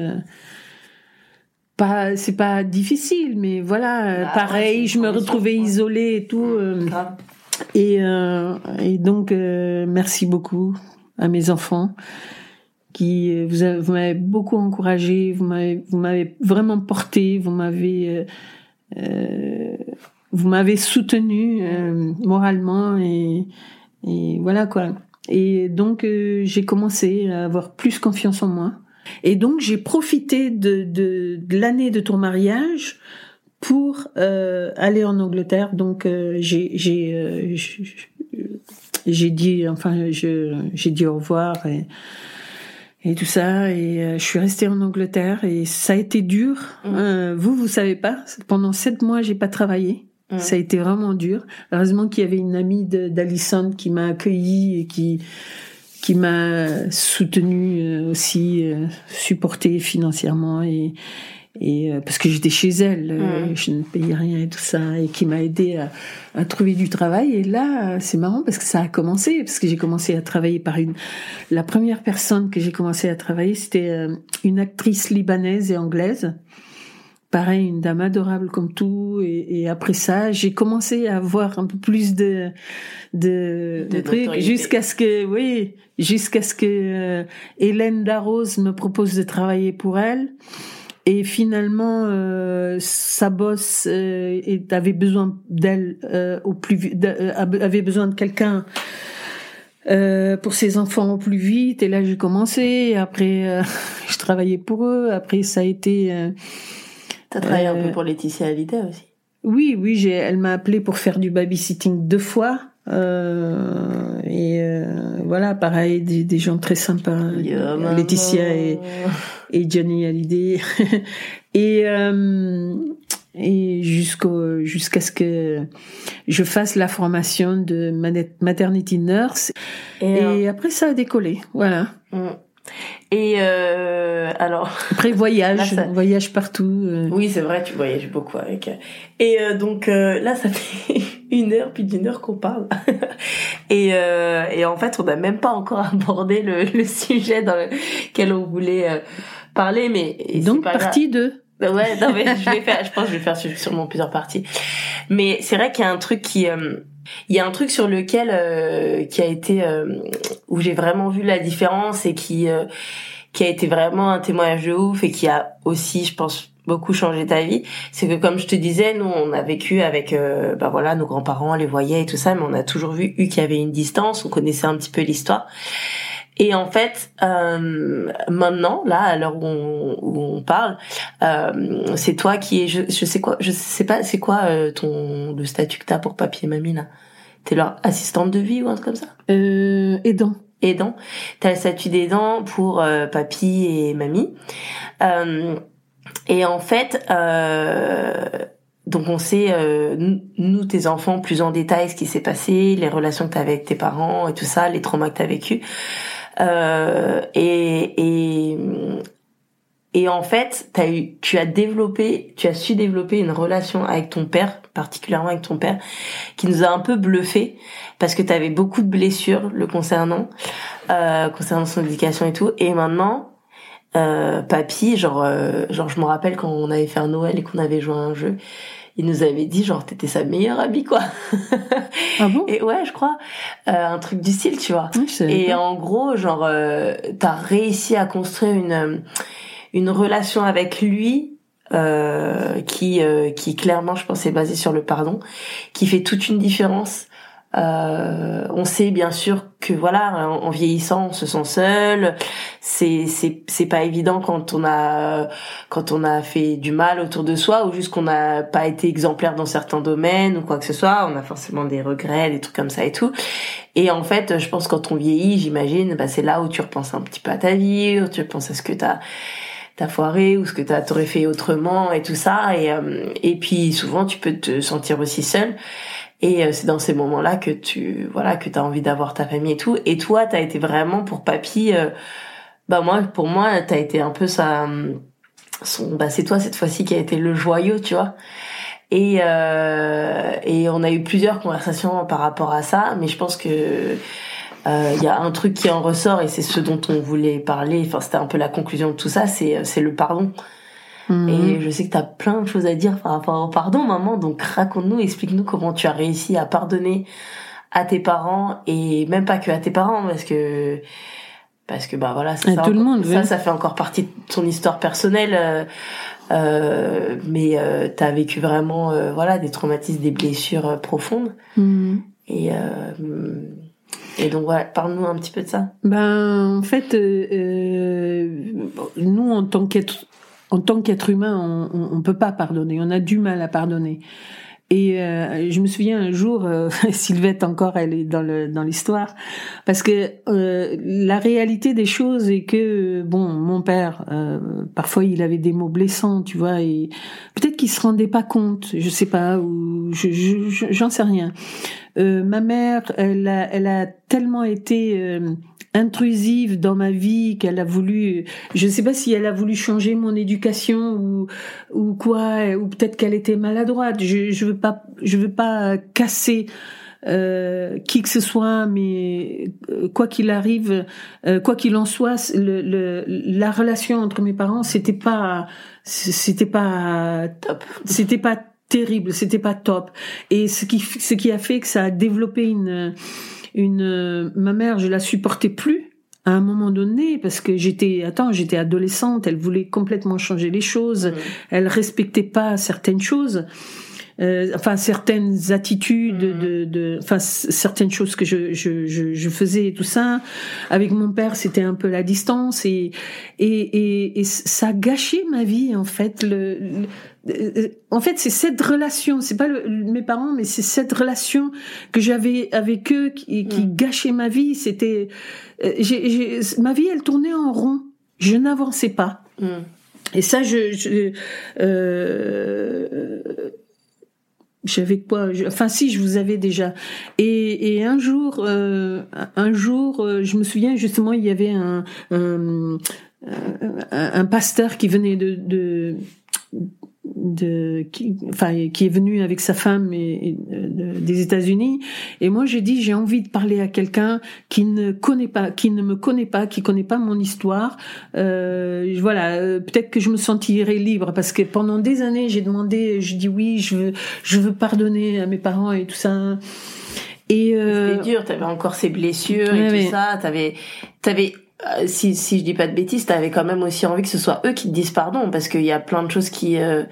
c'est pas difficile, mais voilà, pareil, je me retrouvais isolée et tout. Et donc merci beaucoup à mes enfants, qui vous m'avez beaucoup encouragé, vous m'avez vraiment porté, vous m'avez soutenu moralement, et voilà quoi. Et donc j'ai commencé à avoir plus confiance en moi, et donc j'ai profité de l'année de ton mariage pour aller en Angleterre. Donc j'ai dit au revoir et tout ça, et je suis restée en Angleterre, et ça a été dur. Vous savez pas, pendant 7 mois j'ai pas travaillé. Ça a été vraiment dur. Heureusement qu'il y avait une amie d'Alison qui m'a accueillie et qui m'a soutenue aussi, supportée financièrement, et parce que j'étais chez elle, je ne payais rien et tout ça, et qui m'a aidé à trouver du travail. Et là, c'est marrant parce que ça a commencé, parce que j'ai commencé à travailler la première personne que j'ai commencé à travailler, c'était une actrice libanaise et anglaise. Pareil, une dame adorable comme tout, et après ça, j'ai commencé à avoir un peu plus de trucs, jusqu'à ce que Hélène Darroze me propose de travailler pour elle. Et finalement, sa boss avait besoin d'elle avait besoin de quelqu'un pour ses enfants au plus vite. Et là, j'ai commencé. Et après, je travaillais pour eux. Après, ça a été... T'as travaillé un peu pour Laetitia Hallyday aussi. Oui, elle m'a appelée pour faire du babysitting 2 fois. Voilà, pareil, des gens très sympas, Laetitia et Johnny Hallyday. et jusqu'à ce que je fasse la formation de maternity nurse. Et après, ça a décollé, voilà. Et alors après voyage partout. Oui, c'est vrai, tu voyages beaucoup avec. Et donc là, ça fait 1 heure puis d'1 heure qu'on parle. et en fait, on n'a même pas encore abordé le sujet dans lequel on voulait parler, mais donc partie 2. Ouais, non mais je pense que je vais faire sûrement plusieurs parties. Mais c'est vrai qu'il y a un truc il y a un truc sur lequel qui a été où j'ai vraiment vu la différence et qui a été vraiment un témoignage de ouf et qui a aussi, je pense, beaucoup changé ta vie. C'est que comme je te disais, nous on a vécu avec voilà, nos grands-parents, les voyait et tout ça, mais on a toujours vu qu'il y avait une distance, on connaissait un petit peu l'histoire. Et en fait, maintenant, là, à l'heure où on parle, c'est toi qui es, je sais pas, c'est quoi le statut que t'as pour papy et mamie là? T'es leur assistante de vie ou un truc comme ça? Aidant. T'as le statut d'aidant pour papy et mamie. Et en fait, donc on sait, nous, tes enfants, plus en détail, ce qui s'est passé, les relations que t'as avec tes parents et tout ça, les traumas que t'as vécu. Et en fait, tu as su développer une relation avec ton père, particulièrement avec ton père, qui nous a un peu bluffé parce que t'avais beaucoup de blessures le concernant son éducation et tout. Et maintenant, papy, genre je me rappelle quand on avait fait un Noël et qu'on avait joué à un jeu, il nous avait dit genre t'étais sa meilleure amie quoi. Ah bon? Et ouais, je crois un truc du style, tu vois. Et en gros, genre t'as réussi à construire une relation avec lui qui clairement, je pense, est basée sur le pardon, qui fait toute une différence. On sait bien sûr que voilà, en vieillissant, on se sent seul. C'est pas évident quand on a fait du mal autour de soi ou juste qu'on n'a pas été exemplaire dans certains domaines ou quoi que ce soit. On a forcément des regrets, des trucs comme ça et tout. Et en fait, je pense que quand on vieillit, j'imagine, c'est là où tu repenses un petit peu à ta vie, où tu repenses à ce que t'as foiré ou ce que t'aurais fait autrement et tout ça. Et puis souvent, tu peux te sentir aussi seul. Et c'est dans ces moments-là que que t'as envie d'avoir ta famille et tout. Et toi, t'as été vraiment pour papy, pour moi, t'as été un peu c'est toi cette fois-ci qui a été le joyau, tu vois. Et on a eu plusieurs conversations par rapport à ça, mais je pense que il y a un truc qui en ressort et c'est ce dont on voulait parler. Enfin, c'était un peu la conclusion de tout ça, c'est le pardon. Et je sais que t'as plein de choses à dire par rapport au pardon, maman. Donc raconte-nous, explique-nous comment tu as réussi à pardonner à tes parents et même pas que à tes parents parce que voilà, tout le monde, ça fait encore partie de ton histoire personnelle. Mais t'as vécu vraiment des traumatismes, des blessures profondes. Et donc voilà, parle-nous un petit peu de ça. En fait, nous en tant qu'être humain, on peut pas pardonner. On a du mal à pardonner. Et je me souviens un jour, Sylvette encore, elle est dans l'histoire, parce que la réalité des choses est que mon père, parfois il avait des mots blessants, tu vois, et peut-être qu'il se rendait pas compte, je sais pas, ou j'en sais rien. Ma mère, elle a tellement été intrusive dans ma vie qu'elle a voulu, je sais pas si elle a voulu changer mon éducation ou quoi, ou peut-être qu'elle était maladroite. Je veux pas casser qui que ce soit, mais quoi qu'il arrive, quoi qu'il en soit, la relation entre mes parents, c'était pas top, c'était pas terrible, c'était pas top. Et ce qui a fait que ça a développé ma mère, je la supportais plus à un moment donné, parce que j'étais adolescente, elle voulait complètement changer les choses, elle respectait pas certaines choses. Certaines attitudes certaines choses que je faisais et tout ça. Avec mon père, c'était un peu la distance et ça a gâché ma vie, en fait. En fait, c'est cette relation, c'est pas mes parents, mais c'est cette relation que j'avais avec eux qui gâchait ma vie. C'était, ma vie, elle tournait en rond. Je n'avançais pas. Et ça, j'avais quoi? Je vous avais déjà. Et un jour, je me souviens justement, il y avait un pasteur qui venait qui est venu avec sa femme des États-Unis, et moi j'ai dit j'ai envie de parler à quelqu'un qui ne me connaît pas, qui connaît pas mon histoire. Peut-être que je me sentirais libre, parce que pendant des années j'ai demandé, je dis oui, je veux pardonner à mes parents et tout ça. Et c'était dur, t'avais encore ces blessures et tout ça, t'avais si je dis pas de bêtises, t'avais quand même aussi envie que ce soit eux qui te disent pardon, parce qu'il y a plein de choses qui,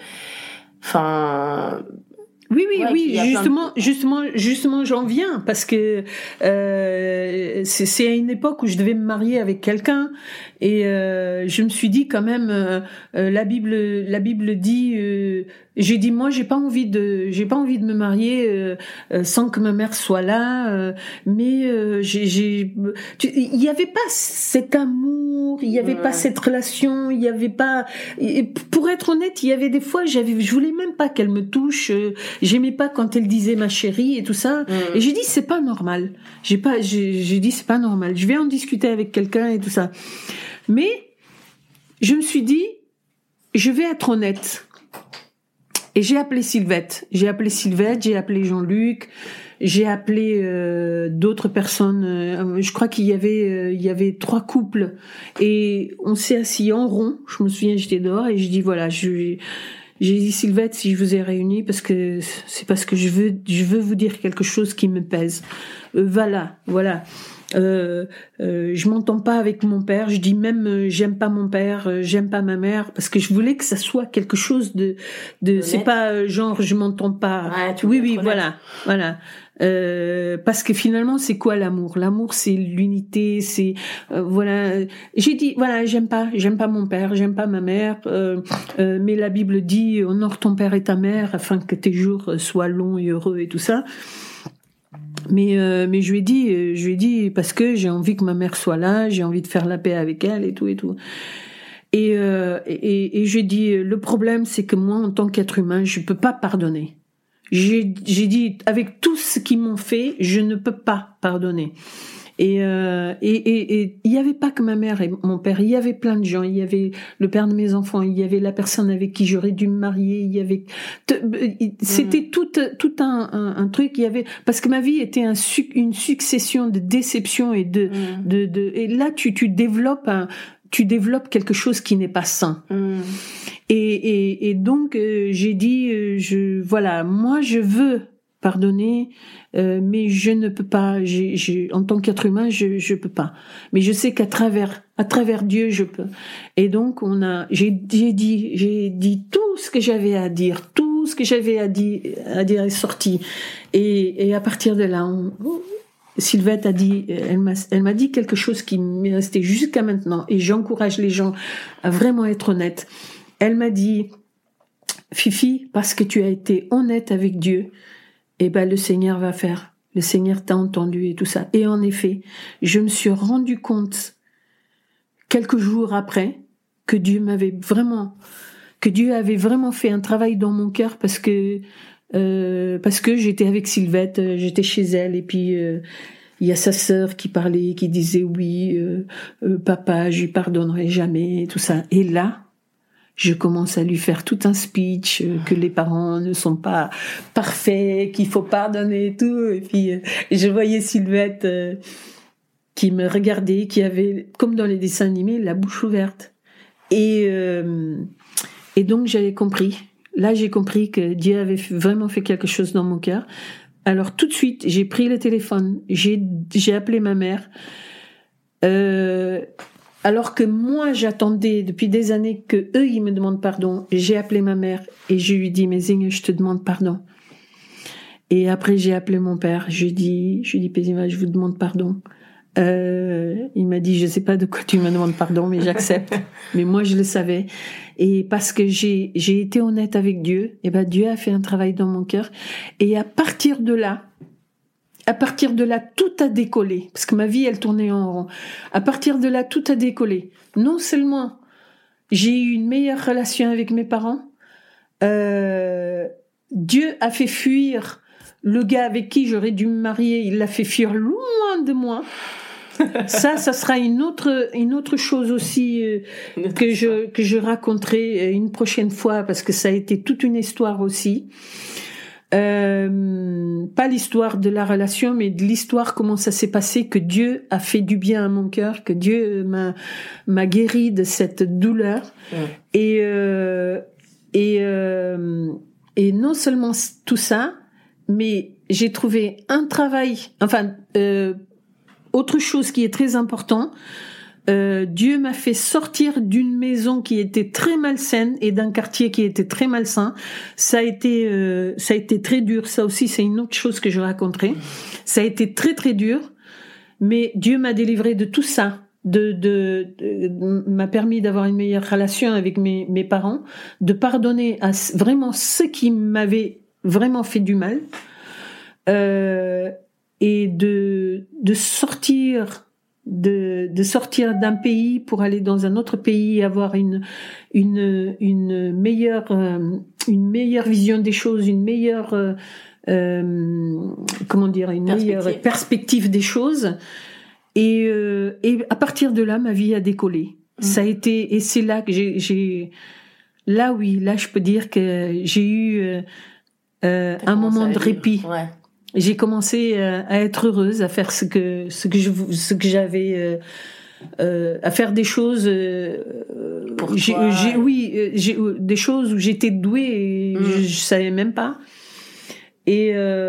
Oui, justement, j'en viens, parce que c'est à une époque où je devais me marier avec quelqu'un, et je me suis dit quand même, la Bible dit, j'ai dit moi j'ai pas envie de me marier sans que ma mère soit là, mais il y avait pas cet amour, il y avait pas cette relation, il y avait pas, pour être honnête, il y avait des fois je voulais même pas qu'elle me touche, j'aimais pas quand elle disait ma chérie et tout ça, et j'ai dit c'est pas normal, j'ai dit c'est pas normal, je vais en discuter avec quelqu'un et tout ça. Mais je me suis dit je vais être honnête. Et j'ai appelé Sylvette, j'ai appelé Jean-Luc, j'ai appelé d'autres personnes. Je crois qu'il y avait 3 couples, et on s'est assis en rond. Je me souviens, j'étais dehors et je dis voilà, j'ai dit Sylvette, si je vous ai réunis, parce que c'est parce que je veux vous dire quelque chose qui me pèse. Voilà. Je m'entends pas avec mon père. Je dis même j'aime pas mon père, j'aime pas ma mère, parce que je voulais que ça soit quelque chose de c'est pas genre je m'entends pas. Oui, voilà. Parce que finalement c'est quoi l'amour? L'amour c'est l'unité, c'est J'ai dit voilà, j'aime pas mon père, j'aime pas ma mère, mais la Bible dit honore ton père et ta mère afin que tes jours soient longs et heureux et tout ça. Mais je lui ai dit parce que j'ai envie que ma mère soit là, j'ai envie de faire la paix avec elle et tout. Et j'ai dit le problème c'est que moi en tant qu'être humain, je peux pas pardonner. J'ai dit avec tout ce qu'ils m'ont fait, je ne peux pas pardonner. Et il y avait pas que ma mère et mon père, il y avait plein de gens, il y avait le père de mes enfants, il y avait la personne avec qui j'aurais dû me marier, il y avait c'était tout un truc, il y avait, parce que ma vie était une succession de déceptions et et là tu développes quelque chose qui n'est pas sain. Et donc j'ai dit moi je veux pardonner, mais je ne peux pas. En tant qu'être humain, je peux pas. Mais je sais qu'à travers Dieu, je peux. Et donc j'ai dit tout ce que j'avais à dire, tout ce que j'avais à dire est sorti. Et à partir de là, Sylvette a dit, elle m'a dit quelque chose qui m'est resté jusqu'à maintenant. Et j'encourage les gens à vraiment être honnêtes. Elle m'a dit, Fifi, parce que tu as été honnête avec Dieu, le Seigneur va faire. Le Seigneur t'a entendu et tout ça. Et en effet, je me suis rendu compte quelques jours après que Dieu avait vraiment fait un travail dans mon cœur, parce que j'étais avec Sylvette, j'étais chez elle, et puis il y a sa sœur qui parlait, qui disait oui, papa, je lui pardonnerai jamais et tout ça. Et là, je commence à lui faire tout un speech, que les parents ne sont pas parfaits, qu'il faut pardonner et tout. Et puis, je voyais Sylvette qui me regardait, qui avait, comme dans les dessins animés, la bouche ouverte. Et donc, j'avais compris. Là, j'ai compris que Dieu avait vraiment fait quelque chose dans mon cœur. Alors, tout de suite, j'ai pris le téléphone, j'ai appelé ma mère. Alors que moi, j'attendais depuis des années que eux, ils me demandent pardon. J'ai appelé ma mère et je lui dis, mais Inge, je te demande pardon. Et après, j'ai appelé mon père. Je lui dis, Péziva, je vous demande pardon. Il m'a dit, je sais pas de quoi tu me demandes pardon, mais j'accepte. Mais moi, je le savais. Et parce que j'ai été honnête avec Dieu, et Dieu a fait un travail dans mon cœur. Et à partir de là, tout a décollé. Parce que ma vie, elle tournait en rond. À partir de là, tout a décollé. Non seulement j'ai eu une meilleure relation avec mes parents, Dieu a fait fuir le gars avec qui j'aurais dû me marier. Il l'a fait fuir loin de moi. Ça sera une autre chose aussi que je raconterai une prochaine fois, parce que ça a été toute une histoire aussi. Pas l'histoire de la relation, mais de l'histoire, comment ça s'est passé, que Dieu a fait du bien à mon cœur, que Dieu m'a guéri de cette douleur. Et non seulement tout ça, mais j'ai trouvé un travail, autre chose qui est très important, Dieu m'a fait sortir d'une maison qui était très malsaine et d'un quartier qui était très malsain. Ça a été très dur. Ça aussi, c'est une autre chose que je raconterai. Ça a été très très dur, mais Dieu m'a délivré de tout ça. M'a permis d'avoir une meilleure relation avec mes parents, de pardonner à vraiment ceux qui m'avaient vraiment fait du mal, et de sortir d'un pays pour aller dans un autre pays, avoir une meilleure vision des choses, une meilleure meilleure perspective des choses. Et à partir de là, ma vie a décollé. Ça a été, et c'est là que là je peux dire que j'ai eu un moment de répit. Ouais. J'ai commencé à être heureuse, à faire ce que j'avais, à faire des choses. Pour toi, j'ai des choses où j'étais douée et je savais même pas. Et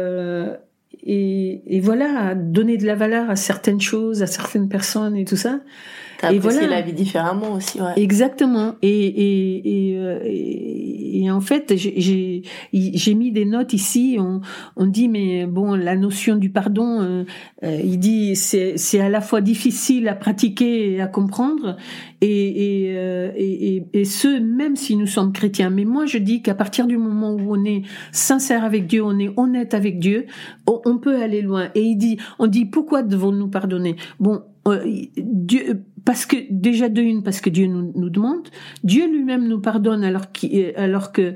voilà, donner de la valeur à certaines choses, à certaines personnes et tout ça. T'as apprécié la vie différemment aussi, ouais. Exactement. Et en fait, j'ai mis des notes ici. On dit, mais bon, la notion du pardon, il dit, c'est à la fois difficile à pratiquer et à comprendre, et ce, même si nous sommes chrétiens. Mais moi, je dis qu'à partir du moment où on est sincère avec Dieu, on est honnête avec Dieu, on peut aller loin. Et on dit, pourquoi devons-nous pardonner? Bon, Dieu, parce que déjà parce que Dieu nous demande, Dieu lui-même nous pardonne alors que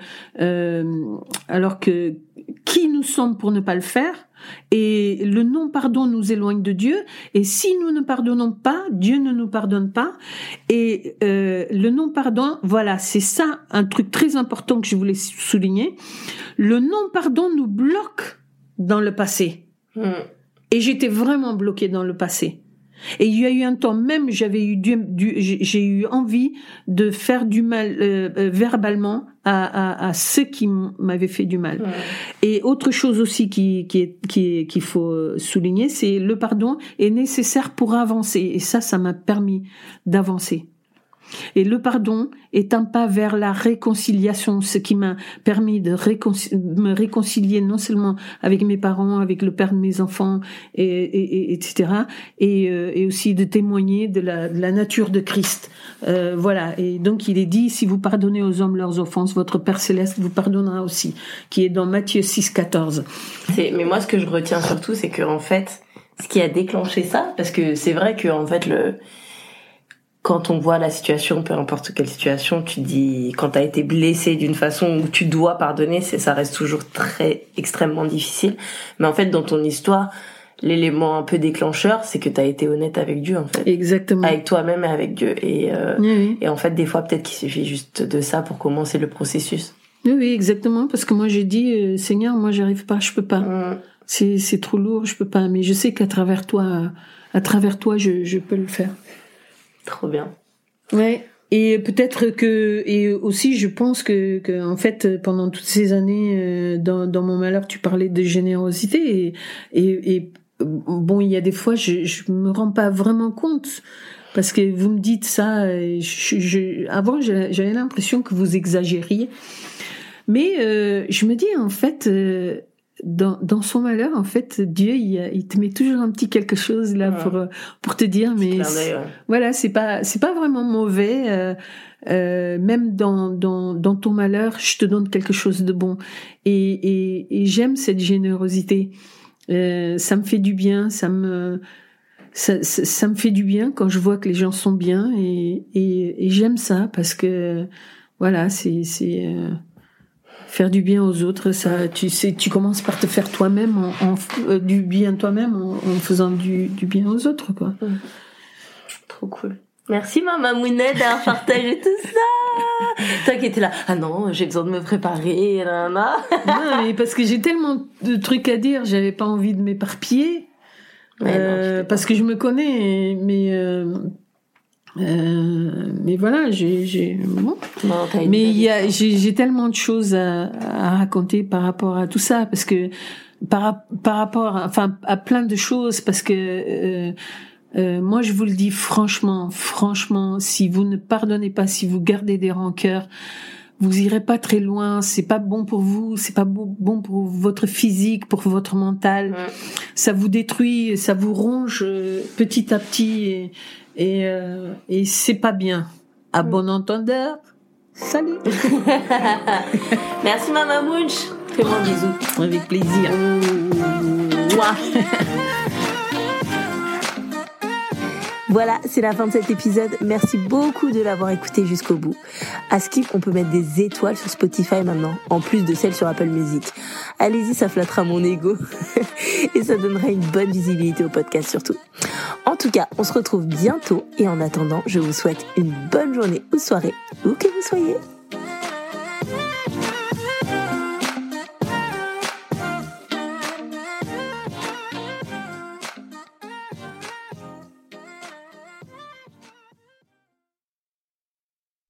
qui nous sommes pour ne pas le faire, et le non-pardon nous éloigne de Dieu, et si nous ne pardonnons pas, Dieu ne nous pardonne pas, et le non-pardon, voilà, c'est ça un truc très important que je voulais souligner. Le non-pardon nous bloque dans le passé, et j'étais vraiment bloquée dans le passé. Et il y a eu un temps même, j'ai eu envie de faire du mal verbalement à ceux qui m'avaient fait du mal. Et autre chose aussi qu'il faut souligner, c'est le pardon est nécessaire pour avancer. Et ça m'a permis d'avancer. Et le pardon est un pas vers la réconciliation, ce qui m'a permis de me réconcilier non seulement avec mes parents, avec le père de mes enfants, etc., et aussi de témoigner de la nature de Christ. Voilà. Et donc il est dit, si vous pardonnez aux hommes leurs offenses, votre Père céleste vous pardonnera aussi, qui est dans Matthieu 6,14. Mais moi, ce que je retiens surtout, c'est que en fait, ce qui a déclenché ça, parce que c'est vrai que en fait quand on voit la situation, peu importe quelle situation, tu dis, quand t'as été blessé d'une façon où tu dois pardonner, ça reste toujours extrêmement difficile. Mais en fait, dans ton histoire, l'élément un peu déclencheur, c'est que t'as été honnête avec Dieu, en fait. Exactement. Avec toi-même et avec Dieu. Et oui. Et en fait, des fois, peut-être qu'il suffit juste de ça pour commencer le processus. Oui, exactement. Parce que moi, j'ai dit, Seigneur, moi, j'arrive pas, je peux pas. C'est trop lourd, je peux pas. Mais je sais qu'à travers toi, je peux le faire. Trop bien. Ouais. Et peut-être et aussi je pense que en fait pendant toutes ces années dans mon malheur tu parlais de générosité et bon, il y a des fois, je me rends pas vraiment compte. Parce que vous me dites ça, avant j'avais l'impression que vous exagériez. Mais je me dis, en fait, dans son malheur, en fait, Dieu, il te met toujours un petit quelque chose là pour te dire, mais voilà, c'est pas vraiment mauvais. Même dans ton malheur, je te donne quelque chose de bon. Et j'aime cette générosité. Ça me fait du bien, ça me fait du bien quand je vois que les gens sont bien et j'aime ça parce que voilà, c'est faire du bien aux autres. Ça, tu commences par te faire toi-même du bien toi-même en faisant du bien aux autres, quoi. Trop cool. Merci Maman Mounette d'avoir partagé tout ça. Toi qui étais là, ah non, j'ai besoin de me préparer, nanana. Non, mais parce que j'ai tellement de trucs à dire, j'avais pas envie de m'éparpiller. Parce que je me connais, mais voilà, j'ai tellement de choses à raconter par rapport à tout ça, parce que par rapport à plein de choses, parce que moi je vous le dis franchement, si vous ne pardonnez pas, si vous gardez des rancœurs, vous irez pas très loin, c'est pas bon pour vous, c'est pas bon pour votre physique, pour votre mental. Ça vous détruit, ça vous ronge petit à petit et c'est pas bien. À bon entendeur. Salut. Merci Maman Mouch. Fais-moi un bisou. Avec plaisir. Voilà, c'est la fin de cet épisode. Merci beaucoup de l'avoir écouté jusqu'au bout. À Skip, on peut mettre des étoiles sur Spotify maintenant, en plus de celles sur Apple Music. Allez-y, ça flattera mon ego. Et ça donnera une bonne visibilité au podcast surtout. En tout cas, on se retrouve bientôt. Et en attendant, je vous souhaite une bonne journée ou soirée, où que vous soyez.